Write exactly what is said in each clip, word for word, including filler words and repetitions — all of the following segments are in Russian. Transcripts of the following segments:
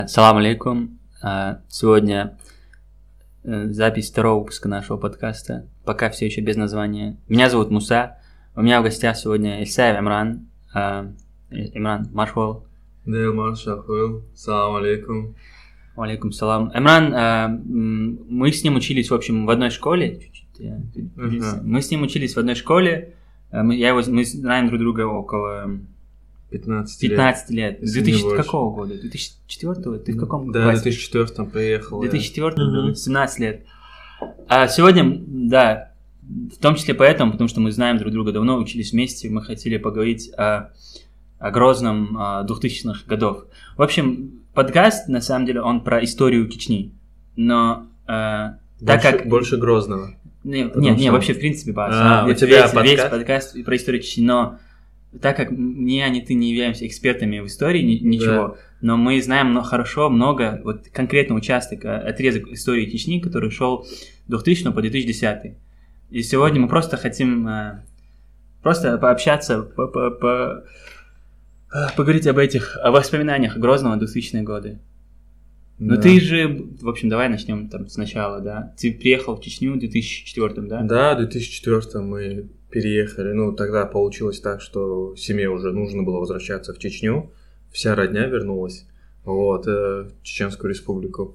Салам алейкум. Сегодня запись второго выпуска нашего подкаста. Пока все еще без названия. Меня зовут Муса. У меня в гостях сегодня Исаев Имран. Имран, мархабал. Да, мархабал. Салам алейкум. Алейкум салам. Имран, мы с ним учились, в общем, в одной школе. Uh-huh. Мы с ним учились в одной школе. Мы, я его, мы знаем друг друга около пятнадцать лет. С две тысячи какого года? две тысячи четвёртого? Ты в каком Да, в две тысячи четвёртом приехал. В две тысячи четвёртом, да. семнадцать лет. А сегодня, да, в том числе поэтому, потому что мы знаем друг друга давно, учились вместе, мы хотели поговорить о, о Грозном о двухтысячных годов. В общем, подкаст, на самом деле, он про историю Чечни. Но э, больше, так как... Больше Грозного. Нет, не, не, вообще, в принципе, Бас. А, весь, у тебя весь, подкаст? Весь подкаст про историю Чечни, но так как ни я, ни ты не являемся экспертами в истории, ни, ничего, да. Но мы знаем но хорошо, много, вот конкретно участок, отрезок истории Чечни, который шел с двухтысячного по две тысячи десятый. И сегодня мы просто хотим э, просто пообщаться, по, по, по, поговорить об этих, о воспоминаниях Грозного двухтысячные годы. Ну да. Ты же, в общем, давай начнем там сначала, да? Ты приехал в Чечню в две тысячи четвёртом, да? Да, в две тысячи четвёртом мы переехали. Ну, тогда получилось так, что семье уже нужно было возвращаться в Чечню. Вся родня вернулась, вот, в Чеченскую республику.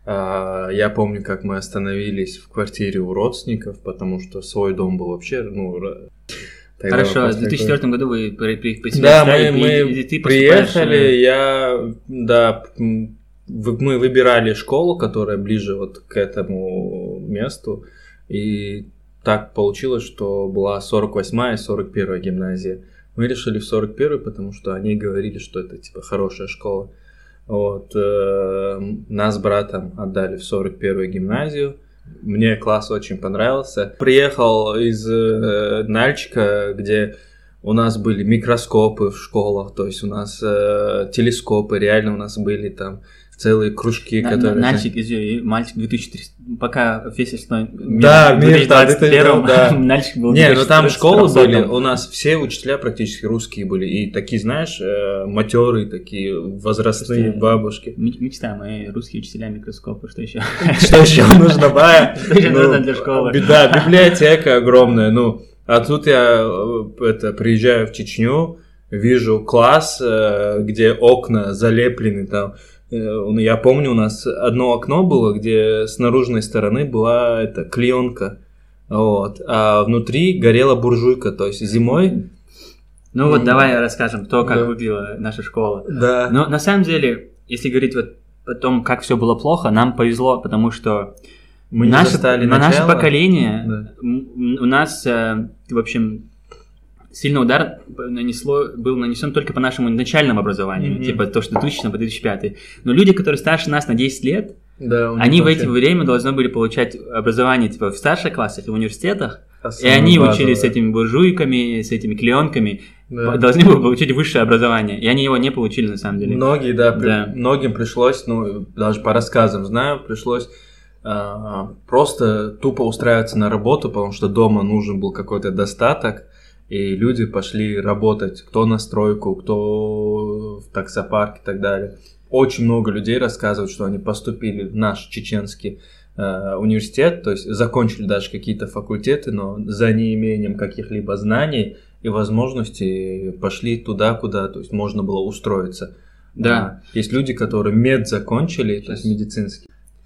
Я помню, как мы остановились в квартире у родственников, потому что свой дом был вообще, ну... Хорошо, в две тысячи четвёртом году вы при, при, при да, мы, мы и ты приехали, я, да... Мы выбирали школу, которая ближе вот к этому месту, и так получилось, что была сорок восьмая и сорок первая гимназия. Мы решили в сорок первую, потому что они говорили, что это типа хорошая школа. Вот. Э, нас с братом отдали в сорок первую гимназию. Мне класс очень понравился. Приехал из э, Нальчика, где у нас были микроскопы в школах, то есть у нас э, телескопы, реально у нас были там целые кружки, на, которые... Нальчик, извини, мальчик две тысячи триста, пока весь остальной мир, да, в две тысячи двадцать первом, да. Нальчик был... Не, ну там школы были, у нас все учителя практически русские были, и такие, знаешь, матерые такие, возрастные Слушайте, бабушки. Мечта, мои русские учителя микроскопы, что еще? Что еще нужно, да? Что еще нужно для школы? Да, библиотека огромная, ну, а тут я это приезжаю в Чечню, вижу класс, где окна залеплены там. Я помню, у нас одно окно было, где с наружной стороны была эта клеенка, вот, а внутри горела буржуйка, то есть зимой. Ну вот, давай расскажем то, как да. выглядела наша школа. Да. Но на самом деле, если говорить вот о том, как все было плохо, нам повезло, потому что мы наше, на наше поколение, да. у нас, в общем... Сильный удар нанесло, был нанесен только по нашему начальному образованию, mm-hmm. типа то, что двухтысячного по две тысячи пятый. Но люди, которые старше нас на десять лет, да, они в это время должны были получать образование типа в старших классах и в университетах, Основную и они базу, учились да. с этими буржуйками, с этими клеенками, да. должны были получить высшее образование, и они его не получили на самом деле. Многие, да, да. При, многим пришлось, ну, даже по рассказам знаю, пришлось э, просто тупо устраиваться на работу, потому что дома нужен был какой-то достаток. И люди пошли работать, кто на стройку, кто в таксопарк и так далее. Очень много людей рассказывают, что они поступили в наш чеченский э, университет, то есть закончили даже какие-то факультеты, но за неимением каких-либо знаний и возможностей пошли туда, куда, то есть можно было устроиться. Да. А, есть люди, которые мед закончили, то есть медицинский.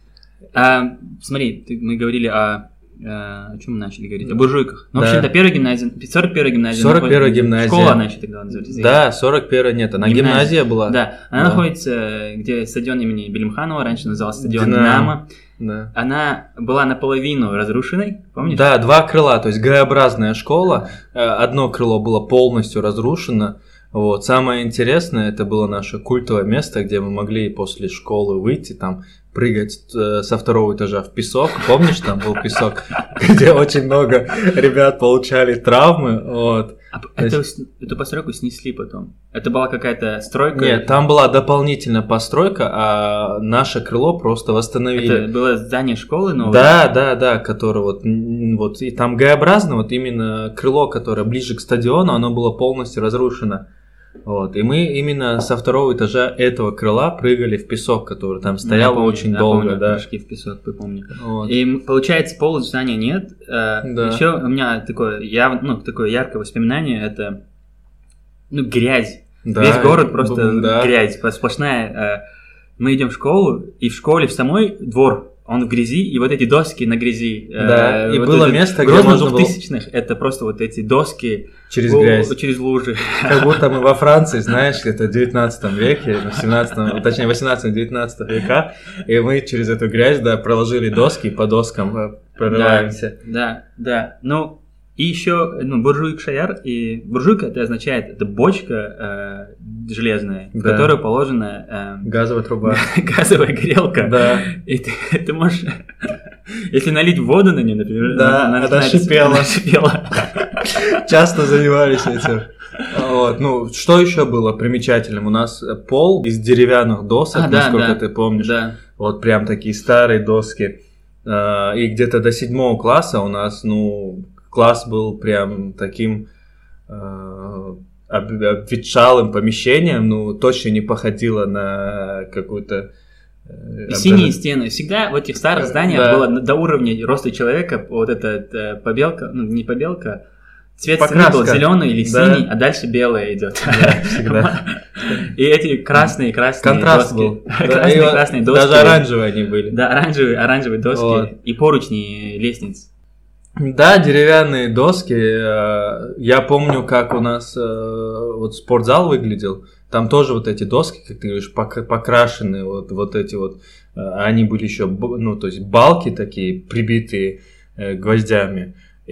А, смотри, ты, мы говорили о... О чем мы начали говорить? О буржуйках. Ну, да. В общем-то, первая гимназия, сорок первая гимназия. сорок первая гимназия. Школа она еще тогда называется. Да, сорок первая, нет, она гимназия, гимназия была. Да, она да. находится, где стадион имени Белимханова, раньше назывался стадион Динамо. Да. Она была наполовину разрушенной, помнишь? Да, два крыла, то есть Г-образная школа. Одно крыло было полностью разрушено. Вот. Самое интересное, это было наше культовое место, где мы могли после школы выйти, там, прыгать э, со второго этажа в песок. Помнишь, там был песок, где очень много ребят получали травмы. Вот. А это, есть... эту постройку снесли потом? Это была какая-то стройка? Нет, там была дополнительная постройка, а наше крыло просто восстановили. Это было здание школы новое? Да, да, да, которое вот, вот и там Г-образно, вот именно крыло, которое ближе к стадиону, оно было полностью разрушено. Вот. И мы именно со второго этажа этого крыла прыгали в песок, который там стоял помню, очень я долго. Помню, да. прыжки в песок, я помню. Вот. И получается, пола здания нет. Да. Еще у меня такое, яв... ну, такое яркое воспоминание, это ну, грязь. Да, Весь город просто да. грязь, сплошная. Мы идем в школу, и в школе в самой двор, он в грязи, и вот эти доски на грязи. Да, э, и вот было место, где можно можно было... двухтысячных, это просто вот эти доски через о, грязь. Через лужи. Как будто мы во Франции, знаешь, это в девятнадцатом веке, в семнадцатом, точнее, восемнадцатом-девятнадцатом века, и мы через эту грязь, да, проложили доски, по доскам прорываемся. Да, да, да. Ну, и еще, ну, буржуйк шаяр, и буржуйка это означает, это бочка э, железная, да. в которую положена... Э, газовая труба. Газовая горелка. Да. И ты, ты можешь... Если налить воду на нее, например... Да, она, она шипела. Она шипела. Часто занимались этим. Вот. Ну, что еще было примечательным? У нас пол из деревянных досок, а, насколько да, ты помнишь. Да. Вот прям такие старые доски. И где-то до седьмого класса у нас, ну... Класс был прям таким э, обветшалым помещением, ну, точно не походило на какую-то... Э, Синие даже... стены. Всегда в этих старых зданиях да. было до уровня роста человека вот эта побелка, ну, не побелка, цвет стены был зеленый или да. синий, а дальше белое идет. Да, всегда. И эти красные, красные контраст доски. Был. Красные, да, красные доски. Даже оранжевые они были. Да, оранжевые, оранжевые доски вот. И поручни лестниц. Да, деревянные доски. Я помню, как у нас вот спортзал выглядел. Там тоже вот эти доски, как ты говоришь, покрашенные, вот, вот эти вот. Они были еще, ну, то есть балки такие, прибитые гвоздями.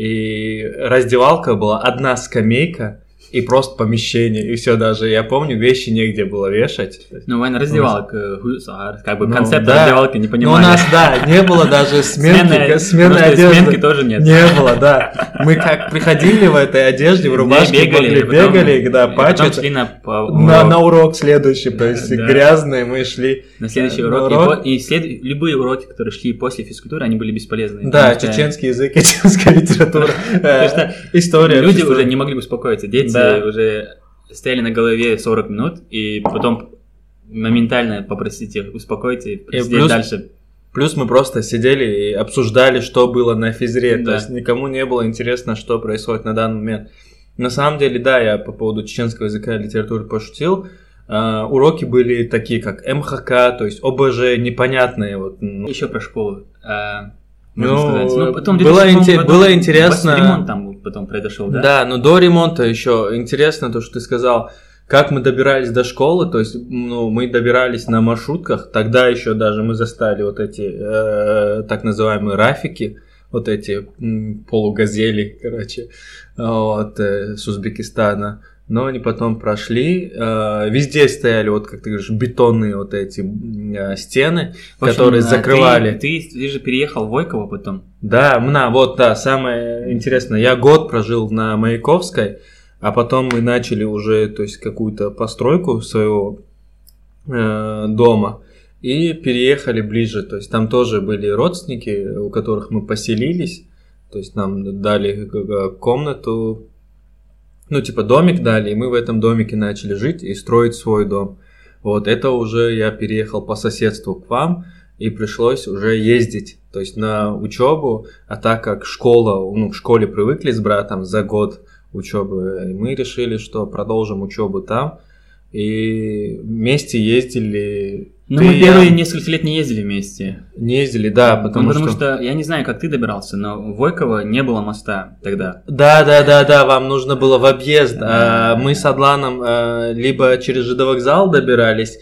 И раздевалка была одна скамейка и просто помещение, и все даже. Я помню, вещи негде было вешать. Ну, война раздевалка, как бы ну, концепт да. раздевалки не понимали. Ну, у нас, да, не было даже сменки, сменной одежды. Сменки тоже нет. Не было, да. Мы как приходили в этой одежде, в рубашке, бегали, бегали, да, пачкаться. шли на, на, на урок следующий, то есть да. грязные мы шли. На следующий урок. На урок. И, и след... любые уроки, которые шли после физкультуры, они были бесполезны. Да, чеченский язык, чеченская литература, история. Люди уже не могли успокоиться, дети уже стояли на голове сорок минут, и потом моментально попросить их успокоиться и просидеть дальше. Плюс мы просто сидели и обсуждали, что было на физре, да. то есть никому не было интересно, что происходит на данный момент. На самом деле, да, я по поводу чеченского языка и литературы пошутил. Uh, уроки были такие, как эм ха ка, то есть о бэ жэ, непонятные. Вот. Еще про школу. Uh... Ну, ну, потом было, инте- году, было интересно. Ремонт там потом произошел, да? Да, но до ремонта еще интересно то, что ты сказал, как мы добирались до школы, то есть, ну, мы добирались на маршрутках, тогда еще даже мы застали вот эти э, так называемые рафики, вот эти м, полугазели, короче, вот, э, с Узбекистана. Но они потом прошли, э, везде стояли, вот как ты говоришь, бетонные вот эти э, стены, в общем, которые закрывали. Ты, ты, ты же переехал в Войково потом. Да, на, вот, да, самое интересное, я год прожил на Маяковской, а потом мы начали уже, то есть, какую-то постройку своего э, дома и переехали ближе, то есть, там тоже были родственники, у которых мы поселились, то есть, нам дали комнату, ну, типа, домик дали, и мы в этом домике начали жить и строить свой дом. Вот, это уже я переехал по соседству к вам, и пришлось уже ездить, то есть, на учебу, а так как школа, ну, в школе привыкли с братом за год учебы, мы решили, что продолжим учебу там, и вместе ездили. Ну, мы первые я... несколько лет не ездили вместе. Не ездили, да, потому, ну, потому что... что, я не знаю, как ты добирался, но в Войково не было моста тогда. Да, да, да, да, вам нужно было в объезд. А мы с Адланом а, либо через ЖД-вокзал добирались,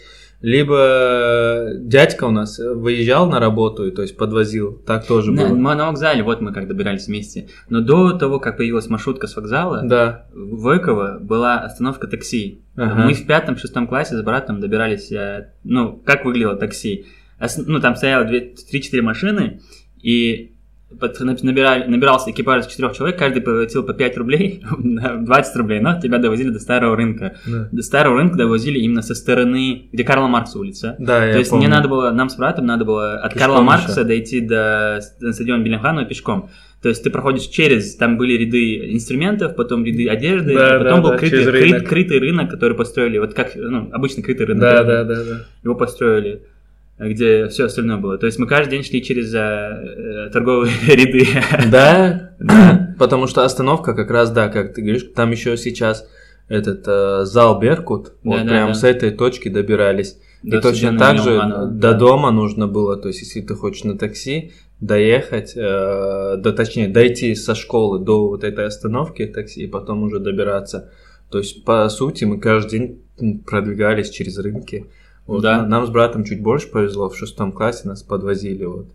либо дядька у нас выезжал на работу, то есть подвозил, так тоже на, было. На вокзале, вот мы как добирались вместе. Но до того, как появилась маршрутка с вокзала, да. в Войково была остановка такси. Ага. Мы в пятом-шестом классе с братом добирались, ну, как выглядело такси. Ну, там стояло три-четыре машины, и набирали, набирался экипаж из четырех человек, каждый платил по пять рублей, двадцать рублей, но тебя довозили до старого рынка. Да. До старого рынка довозили именно со стороны, где Карла Маркса улица. Да, То я есть помню. мне надо было, нам с братом надо было от пешком Карла Маркса еще. дойти до стадиона Белемханова пешком. То есть ты проходишь через, там были ряды инструментов, потом ряды одежды, да, потом да, был да, крытый, рынок. крыт, крытый рынок, который построили, вот как, ну, обычно крытый рынок. Да, да, да, да. Его построили, где все остальное было. То есть мы каждый день шли через э, торговые ряды. Да, да, потому что остановка как раз, да, как ты говоришь, там еще сейчас этот э, зал Беркут, вот да, прям да. с этой точки добирались. До И точно так же до да. дома нужно было, то есть если ты хочешь на такси доехать, э, да, точнее дойти со школы до вот этой остановки такси и потом уже добираться. То есть по сути мы каждый день продвигались через рынки. Вот. Да. Нам с братом чуть больше повезло, в шестом классе нас подвозили. Вот.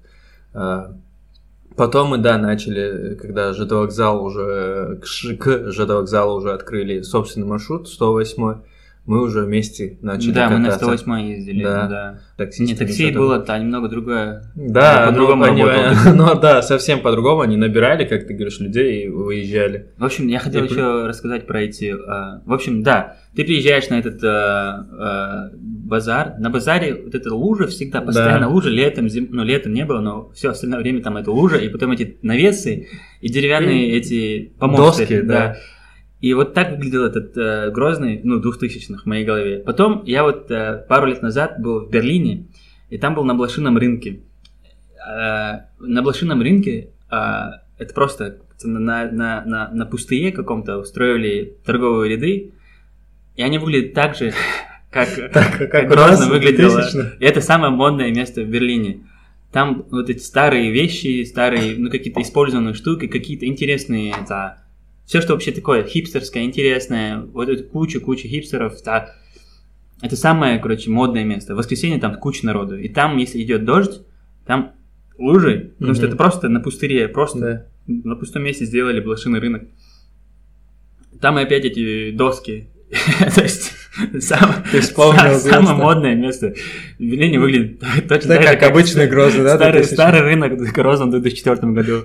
Потом мы, да, начали, когда ЖД вокзал уже, к ЖД вокзалу уже открыли собственный маршрут сто восемь, мы уже вместе начали Да, кататься. мы на сто восемь ездили. Да. да. Такси Нет, такси было-то немного другое. Да, по-другому ну, работало. Ну да, совсем по-другому. Они набирали, как ты говоришь, людей и выезжали. В общем, я хотел и... еще рассказать про эти... Uh, в общем, да, ты приезжаешь на этот uh, uh, базар. На базаре вот эта лужа всегда, постоянно да. лужа. Летом, зим... ну летом не было, но все остальное время там это лужа. И потом эти навесы и деревянные и... эти помосты. Доски, да. да. И вот так выглядел этот э, Грозный, ну, двухтысячных в моей голове. Потом я вот э, пару лет назад был в Берлине, и там был на блошином рынке. Э, на блошином рынке э, это просто на, на, на, на пустыре каком-то устроили торговые ряды, и они выглядят так же, как, так, как Грозно выглядело. И это самое модное место в Берлине. Там вот эти старые вещи, старые, ну, какие-то использованные штуки, какие-то интересные... Да, все, что вообще такое хипстерское, интересное, вот эту кучу-кучу хипстеров, да, это самое, короче, модное место. В воскресенье там куча народу, и там, если идет дождь, там лужи, потому mm-hmm. что это просто на пустыре, просто да. на пустом месте сделали блошиный рынок. Там и опять эти доски. То есть самое модное место в Берлине выглядит точно так же, как обычный Грозный, да? Старый рынок в Грозном в две тысячи четвёртом году.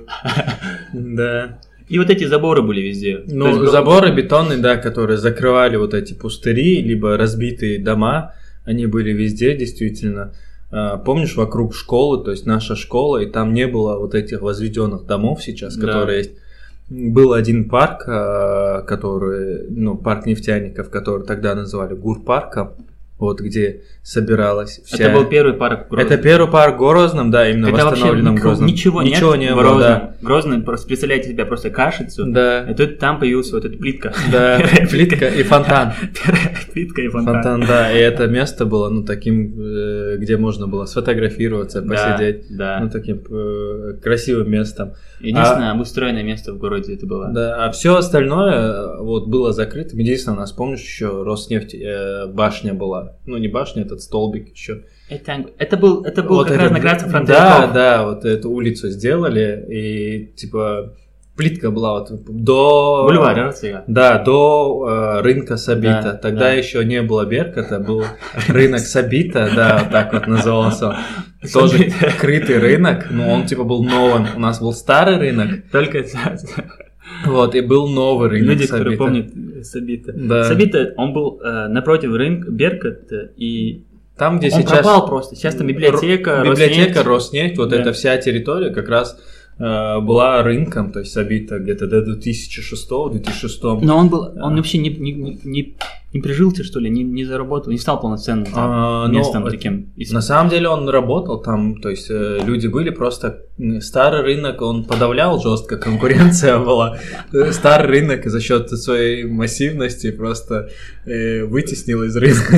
Да. И вот эти заборы были везде. Ну, есть, заборы бетонные, да, которые закрывали вот эти пустыри, либо разбитые дома, они были везде, действительно. Помнишь, вокруг школы, то есть наша школа, и там не было вот этих возведенных домов сейчас, да. которые есть. Был один парк, который, ну, парк нефтяников, который тогда называли Гурпарком. Вот где собиралась вся... Это был первый парк в Грозном. Это первый парк в Грозном, да, именно когда восстановленном Грозном. Ничего, ничего нет не в было, да. Грозный, просто представляете себе просто кашицу. Да. И тут там появилась вот эта плитка. Да, плитка и фонтан. Плитка и фонтан. Фонтан, да, и это место было, ну, таким, где можно было сфотографироваться, посидеть. Да, да. Ну, таким красивым местом. Единственное а, обустроенное место в городе это было. Да, а все остальное вот было закрыто. Единственное, у нас, помнишь, еще Роснефть э, башня была. Ну, не башня, этот столбик еще. Это, это был, это был вот как это, раз на Грации фронтовиков. Да, да, вот эту улицу сделали, и типа плитка была вот до... Бульвар Роция. Да, до э, рынка Сабита. Да, Тогда да. еще не было Беркута, был рынок Сабита, да, вот так вот назывался. Тоже крытый рынок, но он типа был новым. У нас был старый рынок. Только вот, и был новый рынок. Люди, которые помнят Сабита. Да. Сабита, он был э, напротив рынка Беркута, и там, где он сейчас... пропал просто. Сейчас там библиотека, библиотека, Роснефть. Роснефть, вот да. эта вся территория как раз э, была рынком, то есть Сабита где-то до две тысячи шестого - две тысячи шестого. Но он был, он вообще не, не, не, не прижился, что ли, не, не заработал, не стал полноценным там, а, местом ну, таким. На самом деле он работал там, то есть э, люди были просто... Старый рынок, он подавлял жестко, конкуренция была. Старый рынок за счет своей массивности просто э, вытеснил из рынка.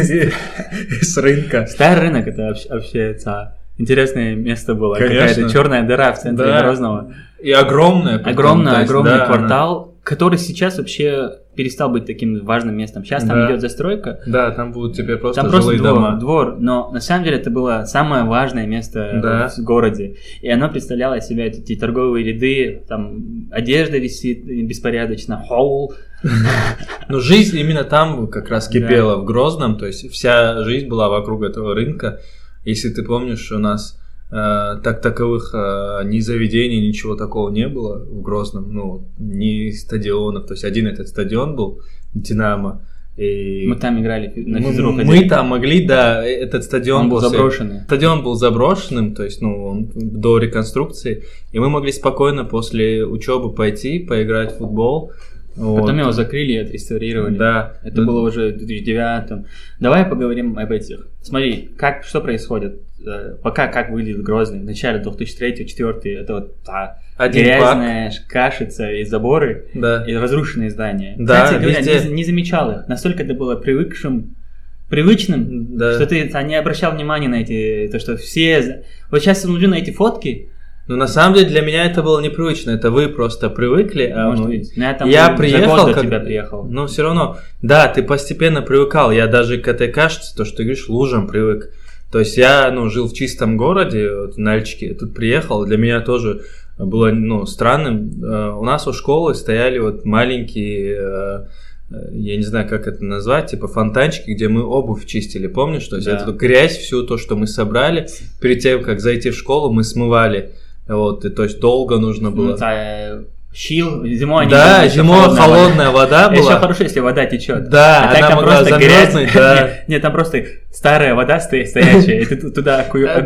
из рынка. Старый рынок это вообще, вообще это интересное место было. Конечно. Какая-то черная дыра в центре да. Грозного. И огромная. Огромный, есть, огромный да, квартал, она... который сейчас вообще перестал быть таким важным местом. Сейчас там да. идет застройка. Да, там будут теперь просто там жилые просто двор, дома. двор, но на самом деле это было самое важное место да. в городе. И оно представляло из себя эти торговые ряды, там одежда висит беспорядочно, холл. Ну, жизнь именно там как раз кипела в Грозном, то есть вся жизнь была вокруг этого рынка. Если ты помнишь, у нас так таковых ни заведений, ничего такого не было в Грозном, ну, ни стадионов. То есть один этот стадион был, Динамо. И мы там играли на физруке. Мы, мы там могли, да, этот стадион он был заброшенный. Стадион был заброшенным, то есть, ну, он до реконструкции, и мы могли спокойно после учебы пойти, поиграть в футбол. Потом вот. Его закрыли и отреставрировали. Да. Это да. было уже в две тысячи девятом. Давай поговорим об этих. Смотри, как, что происходит. Пока как выглядит Грозный. В начале две тысячи третьего-две тысячи четвёртого это вот та грязная парк. Кашица и заборы, да. и разрушенные здания. Да, кстати говоря, везде... не, не замечал их. Настолько это было привыкшим, привычным, да. что ты не обращал внимания на эти, то, что все... Вот сейчас я смотрю на эти фотки. Ну, на самом деле, для меня это было непривычно. Это вы просто привыкли. А Может ну, быть. Я, там я приехал, за год до как... тебя приехал. Но все равно, да, ты постепенно привыкал. Я даже к этой кашице, то, что ты говоришь, лужам привык. То есть я, ну, жил в чистом городе, вот, в Нальчике, тут приехал. Для меня тоже было, ну, странным. У нас у школы стояли вот маленькие... я не знаю, как это назвать, типа фонтанчики, где мы обувь чистили, помнишь? То есть да. эту грязь, всю то, что мы собрали, перед тем, как зайти в школу, мы смывали. Вот, и, то есть долго нужно было. Ну, щил, зимой да, они зимой холодная, холодная вода, вода была. Еще хорошо, если вода течет. Да, а она могла замерзнуть, да. Нет, там просто старая вода стоячая, и ты туда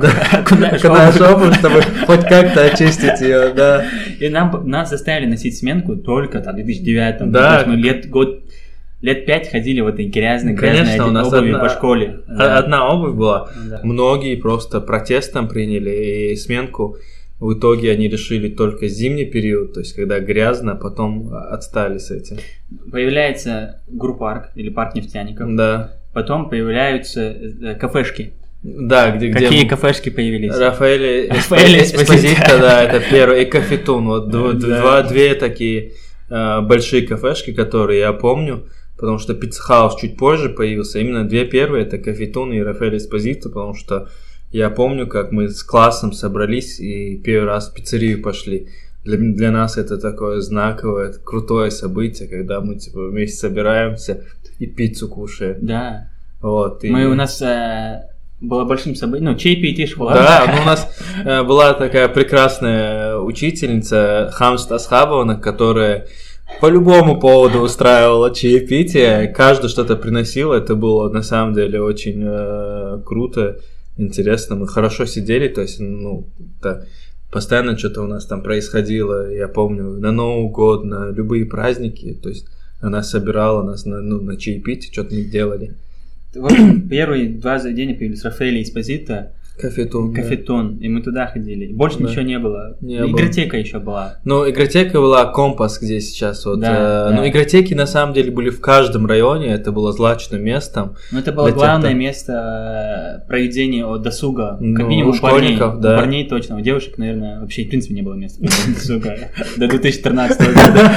окунаешь обувь, чтобы хоть как-то очистить ее, да. И нас заставили носить сменку только в две тысячи девятом. Да. Мы лет год Лет пять ходили в этой грязной, Конечно, грязной у нас обуви одна, по школе. Одна да. обувь была. Да. Многие просто протестом приняли и сменку. В итоге они решили только зимний период, то есть когда грязно, потом отстали с этим. Появляется Групарк или парк нефтяников. Да. Потом появляются кафешки. Да, где где какие кафешки появились? Рафаэль Эспозито, да, это первый, и Кафетун. Вот да. два, две такие э, большие кафешки, которые я помню. Потому что Pizza House чуть позже появился. Именно две первые, это Кафетун и Рафаэль Эспозито, потому что я помню, как мы с классом собрались и первый раз в пиццерию пошли. Для, для нас это такое знаковое, крутое событие, когда мы типа вместе собираемся и пиццу кушаем. Да. Вот. И... Мы у нас э, было большим событием, ну, чаепитие школа. Да, ну, у нас э, была такая прекрасная учительница Хамс Асхабовна, которая по любому поводу устраивала чаепитие, каждый что-то приносил, это было на самом деле очень э, круто, интересно, мы хорошо сидели, то есть, ну, так, постоянно что-то у нас там происходило, я помню, на Новый год, на любые праздники, то есть она собирала нас на, ну, на чаепитие, что-то мы делали. В общем, первые два заведения появились Рафаэль Эспозито, Кафетун. Кафетун, да. И мы туда ходили. Больше да. ничего не было. Не игротека было. еще была. Ну, игротека была Компас, где сейчас вот. Да, э, да. Ну, игротеки на самом деле были в каждом районе, это было злачным местом. Ну, это было главное тех, место проведения от досуга. Как ну, минимум у парней. Да. У парней точно. У девушек, наверное, вообще в принципе не было места для досуга до две тысячи тринадцатого года.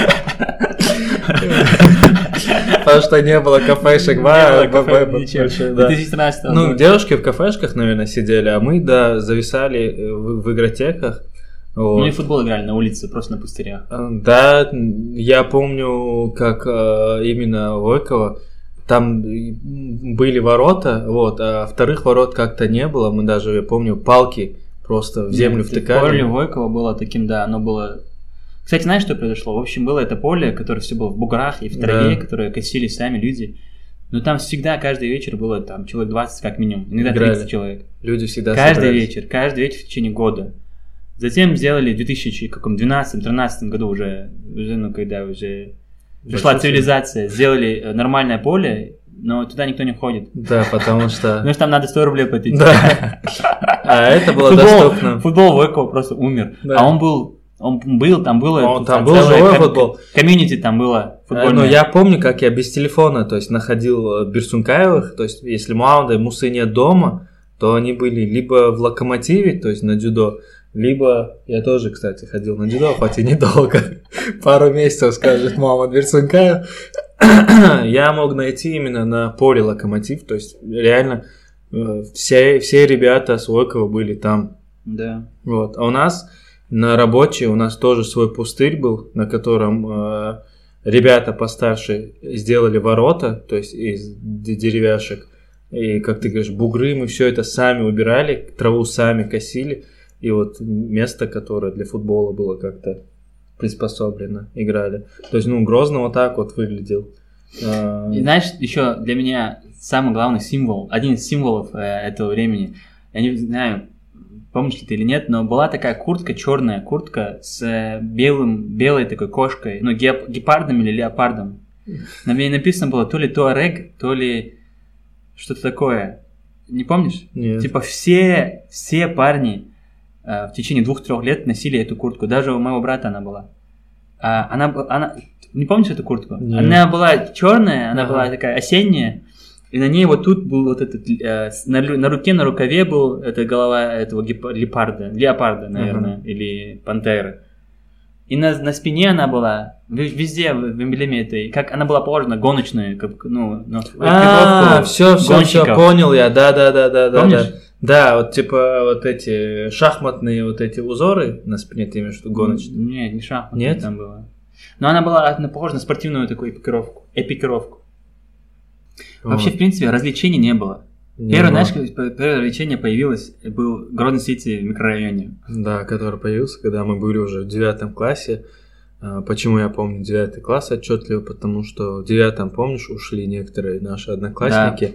Потому что не было кафешек, ничего. две тысячи тринадцатого Ну, девушки в кафешках, наверное, сидели, а мы, да, зависали в, в игротеках. Вот. Ну и футбол играли на улице, просто на пустырях. Да, я помню, как именно Войково, там были ворота, вот, а вторых ворот как-то не было, мы даже, я помню, палки просто в землю втыкали. Поле Войково было таким, да, оно было... Кстати, знаешь, что произошло? В общем, было это поле, которое все было в буграх и в траве, да. которое косили сами люди. Но там всегда, каждый вечер было там человек двадцать как минимум, иногда Играли. тридцать человек. Люди всегда Каждый собирались. вечер, каждый вечер в течение года. Затем сделали в две тысячи двенадцатом-тринадцатом году уже, уже, ну, когда уже пришла цивилизация, сделали нормальное поле, но туда никто не ходит. Да, потому что... Потому что там надо сто рублей платить. Да. А это было доступно. Футбол Войкова просто умер. А он был... Он был, там было... Он, там был живой футбол. Комьюнити там было футбольное. Ну, я помню, как я без телефона, то есть, находил Берсункаевых, то есть, если Маунда и Мусы нет дома, то они были либо в Локомотиве, то есть, на дзюдо, либо... Я тоже, кстати, ходил на дзюдо, хоть и недолго. Пару месяцев, скажет мама Берсункаев. Я мог найти именно на поле Локомотив, то есть, реально, все, все ребята с Войкова были там. Да. Вот. А у нас... На рабочей у нас тоже свой пустырь был, на котором э, ребята постарше сделали ворота, то есть из деревяшек. И, как ты говоришь, бугры, мы все это сами убирали, траву сами косили. и вот место, которое для футбола было как-то приспособлено, играли. То есть, ну, Грозный вот так вот выглядел. И знаешь, еще для меня самый главный символ, один из символов э, этого времени, я не знаю, помнишь ли ты или нет, но была такая куртка, черная куртка с белым, белой такой кошкой, ну, геп, гепардом или леопардом. На ней написано было то ли Туарег, то ли что-то такое. Не помнишь? Нет. Типа все, все парни э, в течение двух-трех лет носили эту куртку. Даже у моего брата она была. А, она, она, не помнишь эту куртку? Нет. Она была черная, она ага. была такая осенняя. И на ней вот тут был вот этот, э, на, на руке, на рукаве был эта голова этого гепа, леопарда, леопарда, наверное, ага. или пантеры. И на, на спине она была, везде в эмблеме этой, как она была похожа на гоночную, как, ну, на а, все, все, все, понял я, да, да, да, да, помнишь? Да, да, вот типа вот эти шахматные вот эти узоры на спине, ты имеешь в виду гоночные? Нет, не шахматные там было. Но она была она похожа на спортивную такую эпикировку, эпикировку. Вообще, в принципе, развлечений не было. Не первое, было. Знаешь, первое развлечение появилось, был Грозный Сити в микрорайоне. Да, который появился, когда мы были уже в девятом классе. Почему я помню девятый класс отчетливо? Потому что в девятом, помнишь, ушли некоторые наши одноклассники. Да.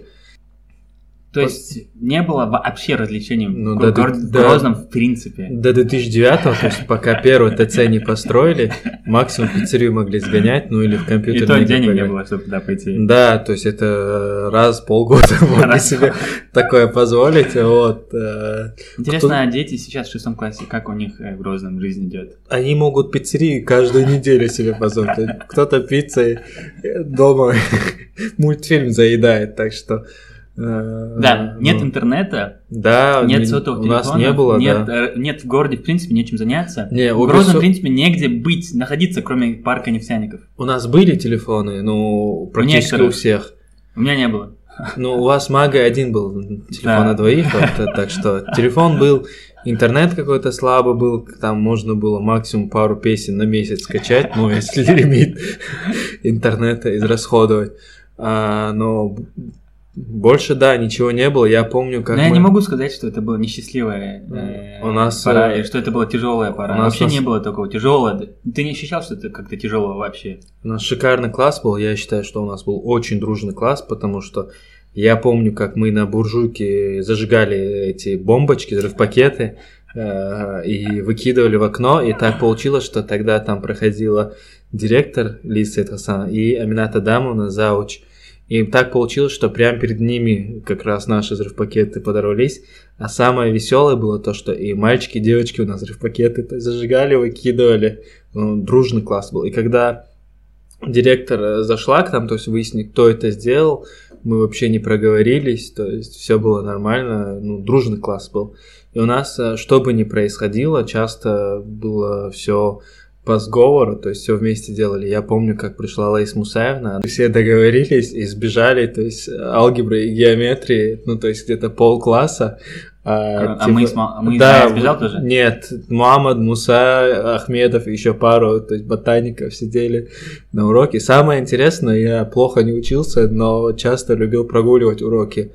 То есть не было вообще развлечений ну, в, до, гор... до, в Грозном в принципе. До две тысячи девятого, то есть пока первый ТЦ не построили, максимум в пиццерию могли сгонять, ну или в компьютер. И то денег не было, чтобы туда пойти. Да, то есть это раз в полгода могли себе такое позволить. Вот. Интересно, а дети сейчас в шестом классе, как у них в Грозном жизнь идет? Они могут пиццерии каждую неделю себе позволить. Кто-то пиццей дома мультфильм заедает, так что... Да, нет ну, интернета, да, нет не, сотовых у телефонов, нас не было, нет, да. нет в городе, в принципе, нечем заняться. Не, в Грозном, в принципе, негде быть, находиться, кроме парка нефтяников. У нас были телефоны, ну, практически у всех. У меня не было. Ну, у вас Мага один был, телефон на двоих, вот, так что телефон был, интернет какой-то слабый был, там можно было максимум пару песен на месяц скачать, ну, если лимит интернета израсходовать, а, но... Больше, да, ничего не было. Я помню, как. Но мы... я не могу сказать, что это была несчастливая э, у нас, пора, э... и что это была тяжелая пора. У Вообще нас... не было такого тяжелого. Ты не ощущал, что это как-то тяжело вообще? У нас шикарный класс был. Я считаю, что у нас был очень дружный класс, потому что я помню, как мы на буржуйке зажигали эти бомбочки, взрывпакеты э, и выкидывали в окно. И так получилось, что тогда там проходила директор Лиса Эдхасан и Амината Адамовна, зауч. И так получилось, что прямо перед ними как раз наши взрывпакеты подорвались. А самое веселое было то, что и мальчики, и девочки у нас взрывпакеты то есть зажигали, выкидывали. Ну, дружный класс был. И когда директор зашла к нам, то есть выяснить, кто это сделал, мы вообще не проговорились, то есть все было нормально, ну, дружный класс был. И у нас, что бы ни происходило, часто было все... по сговору, то есть все вместе делали. Я помню, как пришла Лаис Мусаевна, все договорились и сбежали, то есть алгебры и геометрии, ну то есть где-то полкласса. А, а типа, мы, а мы да, сбежал тоже? Нет, Мухаммад, Муса, Ахмедов и еще пару, то есть ботаников сидели на уроке. Самое интересное, я плохо не учился, но часто любил прогуливать уроки.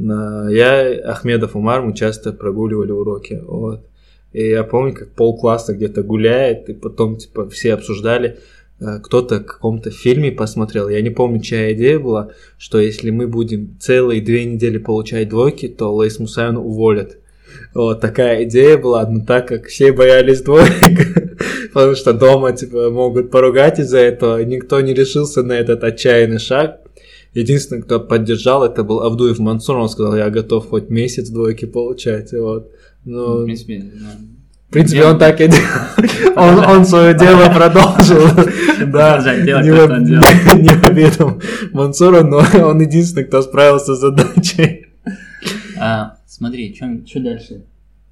Я, Ахмедов, Умар, мы часто прогуливали уроки, вот. И я помню, как полкласса где-то гуляет, и потом, типа, все обсуждали, кто-то в каком-то фильме посмотрел, я не помню, чья идея была, что если мы будем целые две недели получать двойки, то Лаис Мусаевну уволят. Вот такая идея была, но так как все боялись двоек, потому что дома, типа, могут поругать из-за этого, никто не решился на этот отчаянный шаг. Единственный, кто поддержал, это был Авдуев Мансур, он сказал, я готов хоть месяц двойки получать, вот. Ну, в принципе, да. В принципе, дело... он так и делал. Он, он свое дело продолжил. Да, не в обиду Мансура, но он единственный, кто справился с задачей. Смотри, что дальше?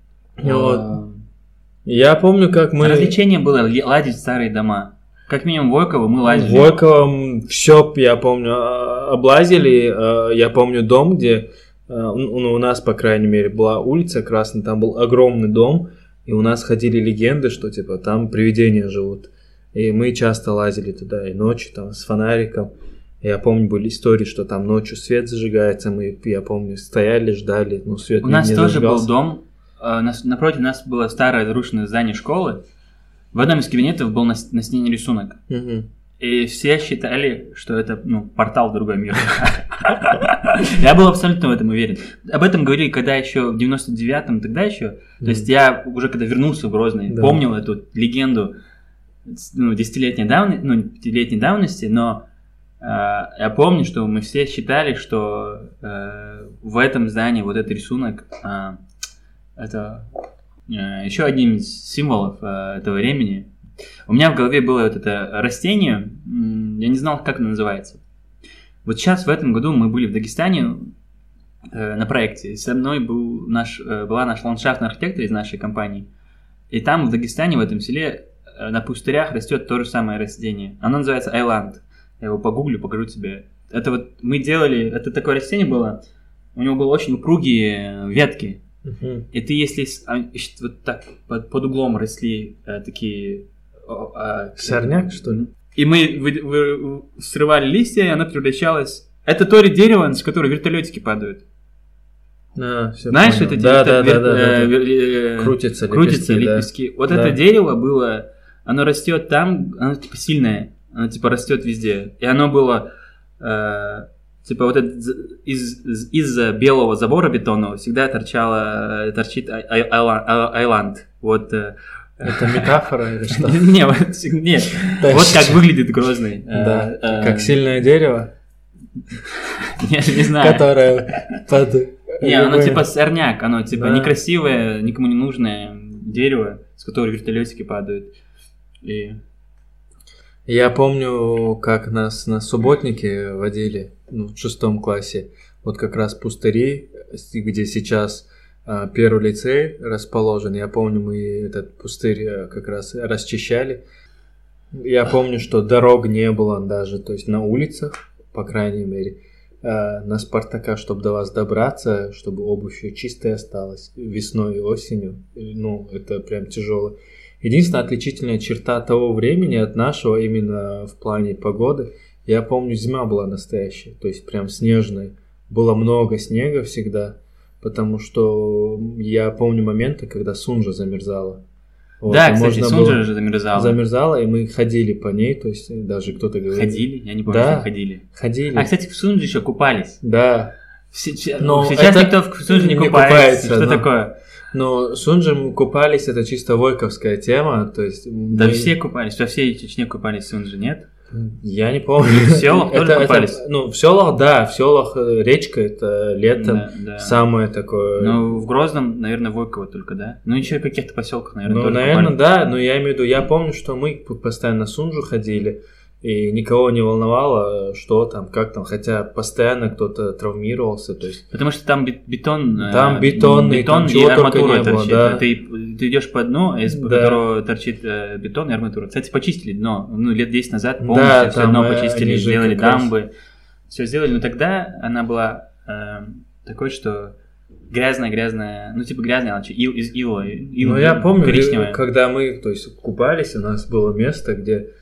Я помню, как мы... Развлечение было ладить старые дома. Как минимум Войково мы лазили. В Войково все, я помню, облазили. Я помню дом, где... у нас, по крайней мере, была улица Красная, там был огромный дом, и у нас ходили легенды, что, типа, там привидения живут. И мы часто лазили туда и ночью, там, с фонариком. Я помню, были истории, что там ночью свет зажигается, мы, я помню, стояли, ждали, ну, свет у не, нас не тоже зажигался. был дом, э, нас, напротив нас было старое разрушенное здание школы. В одном из кабинетов был на, на стене рисунок. Угу. И все считали, что это ну, портал в другой мир. Я был абсолютно в этом уверен. Об этом говорили, когда еще в девяносто девятом, тогда еще. То есть я уже когда вернулся в Грозный, помнил эту легенду ну, десятилетней давности, ну, пятилетней давности, но э, я помню, что мы все считали, что э, в этом здании вот этот рисунок э, это э, еще одним из символов э, этого времени. У меня в голове было вот это растение, я не знал, как оно называется. Вот сейчас в этом году мы были в Дагестане э, на проекте, со мной был наш, э, была наш ландшафтный архитектор из нашей компании, и там в Дагестане, в этом селе, на пустырях растет то же самое растение. Оно называется айланд. Я его погуглю, покажу тебе. Это вот мы делали, это такое растение было, у него были очень упругие ветки. Uh-huh. И ты, если вот так под, под углом росли а, такие... А, Сорняк, что ли? И мы вы, вы, срывали листья, и оно превращалось... Это то дерево, с которого вертолетики падают. А, все Знаешь, понял. это да, это, да, вер, да, да, э, да. Э, крутятся, крутятся лепестки. лепестки. Вот да. это дерево было, оно растет там, оно типа сильное, оно типа растет везде. И оно было э, типа вот это, из, из-за белого забора бетонного всегда торчало, торчит ай, ай, ай, айланд. Вот. Э, это метафора или что? Нет, вот как выглядит Грозный. Да, как сильное дерево. Нет, не знаю. Которое под... Не, оно типа сорняк, оно типа да. некрасивое, никому не нужное дерево, с которого вертолетики падают. И... Я помню, как нас на субботнике водили, ну, в шестом классе, вот как раз пустыри, где сейчас а, первый лицей расположен. Я помню, мы этот пустырь как раз расчищали. Я помню, что дорог не было даже, то есть на улицах, по крайней мере. На Спартака, чтобы до вас добраться, чтобы обувь чистая осталась весной и осенью. Ну, это прям тяжело. Единственная отличительная черта того времени от нашего именно в плане погоды, я помню, зима была настоящая, то есть прям снежная. Было много снега всегда, потому что я помню моменты, когда Сунжа замерзала. Вот, да, кстати, Сунжа же замерзала. Замерзала, и мы ходили по ней, то есть даже кто-то говорит... Ходили? Я не помню, да, что ходили. ходили. А, кстати, в Сунже еще купались. Да. Сейчас, но сейчас никто в Сунже не, не купается. купается. Что но, такое? Но Сунже мы купались, это чисто войковская тема, то есть... Да мы... все купались, во всей Чечне купались в Сунже, нет? Я не помню. В селах тоже это, купались? Это, ну, в селах, да, в селах речка, это летом да, да. самое такое... Ну, в Грозном, наверное, Войково только, да? Ну, еще в каких-то поселках, наверное, ну, тоже наверное, купались. да, но я имею в виду, я помню, что мы постоянно на Сунжу ходили, и никого не волновало, что там, как там, хотя постоянно кто-то травмировался, то есть... Потому что там бетон... Там бетон, бетон и, и арматура торчит. Да. Ты, ты идешь по дну, из да. которого торчит э, бетон и арматура. Кстати, почистили дно, ну, лет десять назад полностью да, все дно почистили, сделали дамбы, раз. Все сделали, но тогда она была э, такой, что... Грязная-грязная, ну типа грязная, она ил, из ила, ил, ну, я помню, коричневая. Когда мы, то есть, купались, у нас было место, где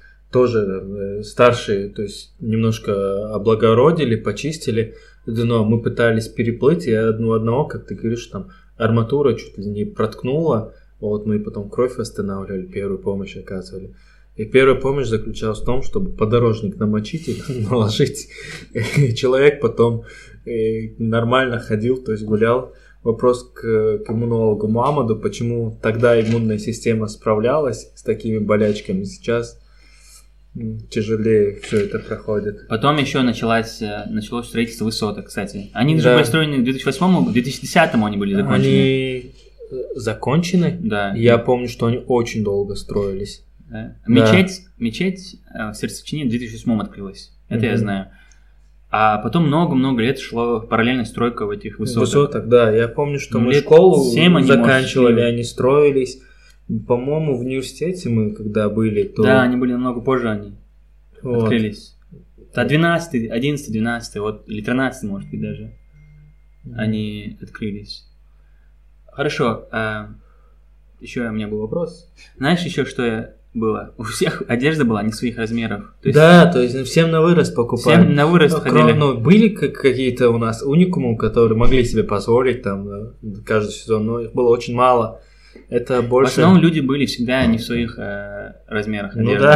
тоже старшие, то есть, немножко облагородили, почистили дно. Мы пытались переплыть, и одну одного, как ты говоришь, там арматура чуть ли не проткнула. Вот мы потом кровь останавливали, первую помощь оказывали. И первая помощь заключалась в том, чтобы подорожник намочить и наложить. И человек потом нормально ходил, то есть гулял. Вопрос к, к иммунологу Мухаммаду, почему тогда иммунная система справлялась с такими болячками, сейчас тяжелее все это проходит. Потом еще началось, началось строительство высоток, кстати. Они да. же построены в две тысячи восьмом, в две тысячи десятом они были закончены. Они закончены? Да. Я помню, что они очень долго строились. Да. Мечеть, да. мечеть в сердце Чечни в две тысячи восьмом открылась, это mm-hmm. я знаю. А потом много-много лет шло параллельная стройка в этих высотах. Высоток, да. Я помню, что ну, мы школу они, заканчивали, может, они строились. По-моему, в университете мы когда были, то... Да, они были намного позже, они вот. открылись. Да, двенадцатый, одиннадцатый, двенадцатый, вот, или тринадцатый, может быть, даже. Mm-hmm. Они открылись. Хорошо. А, еще у меня был вопрос. Знаешь еще, что я было. У всех одежда была не своих размеров. То есть, да, то есть всем на вырост покупали. Всем на вырост ну, ходили. Ну, были какие-то у нас уникумы, которые могли себе позволить там да, каждый сезон, но их было очень мало. Это больше... В основном люди были всегда не в своих э, размерах одежды. Ну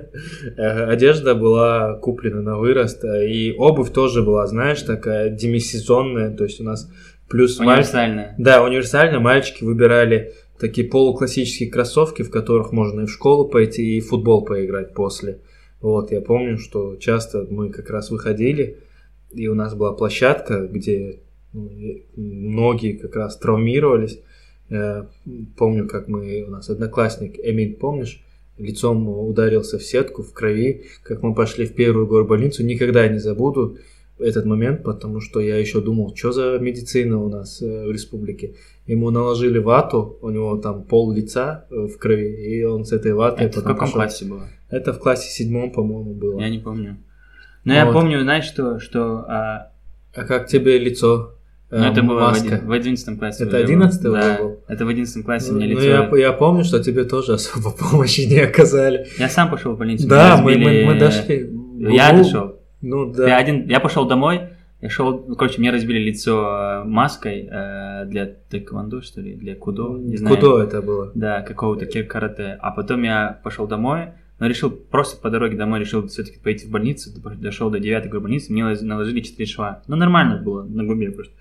да, одежда была куплена на вырост, и обувь тоже была, знаешь, такая демисезонная, то есть у нас плюс... Универсальная. Маль... Да, универсальная, мальчики выбирали такие полуклассические кроссовки, в которых можно и в школу пойти, и в футбол поиграть после. Вот, я помню, что часто мы как раз выходили, и у нас была площадка, где ну, многие как раз травмировались. Я помню, как мы, у нас одноклассник Эмин, помнишь, лицом ударился в сетку в крови, как мы пошли в первую горбольницу. Никогда не забуду этот момент, потому что я еще думал, что за медицина у нас в республике. Ему наложили вату, у него там пол лица в крови, и он с этой ватой... Это в каком пошел. Классе было? Это в классе седьмом, по-моему, было. Я не помню. Но вот. Я помню, знаешь, что... что а... а как тебе лицо? Ну, это было в одиннадцатом классе. Это одиннадцатый да, был? Это в одиннадцатом классе ну, мне лицо... Ну, я, я помню, что тебе тоже особо помощи не оказали. Я сам пошел в больницу. Да, мы, мы, мы дошли. Я дошел. Ну, да. Я, один... я пошел домой, я шел... Ну, короче, мне разбили лицо маской э, для тэквондо, что ли, для кудо, не знаю. Кудо это было. Да, какого-то карате. А потом я пошел домой, но решил просто по дороге домой, решил все-таки пойти в больницу, дошел до девятой больницы, мне наложили четыре шва. Ну, нормально было, на губе просто.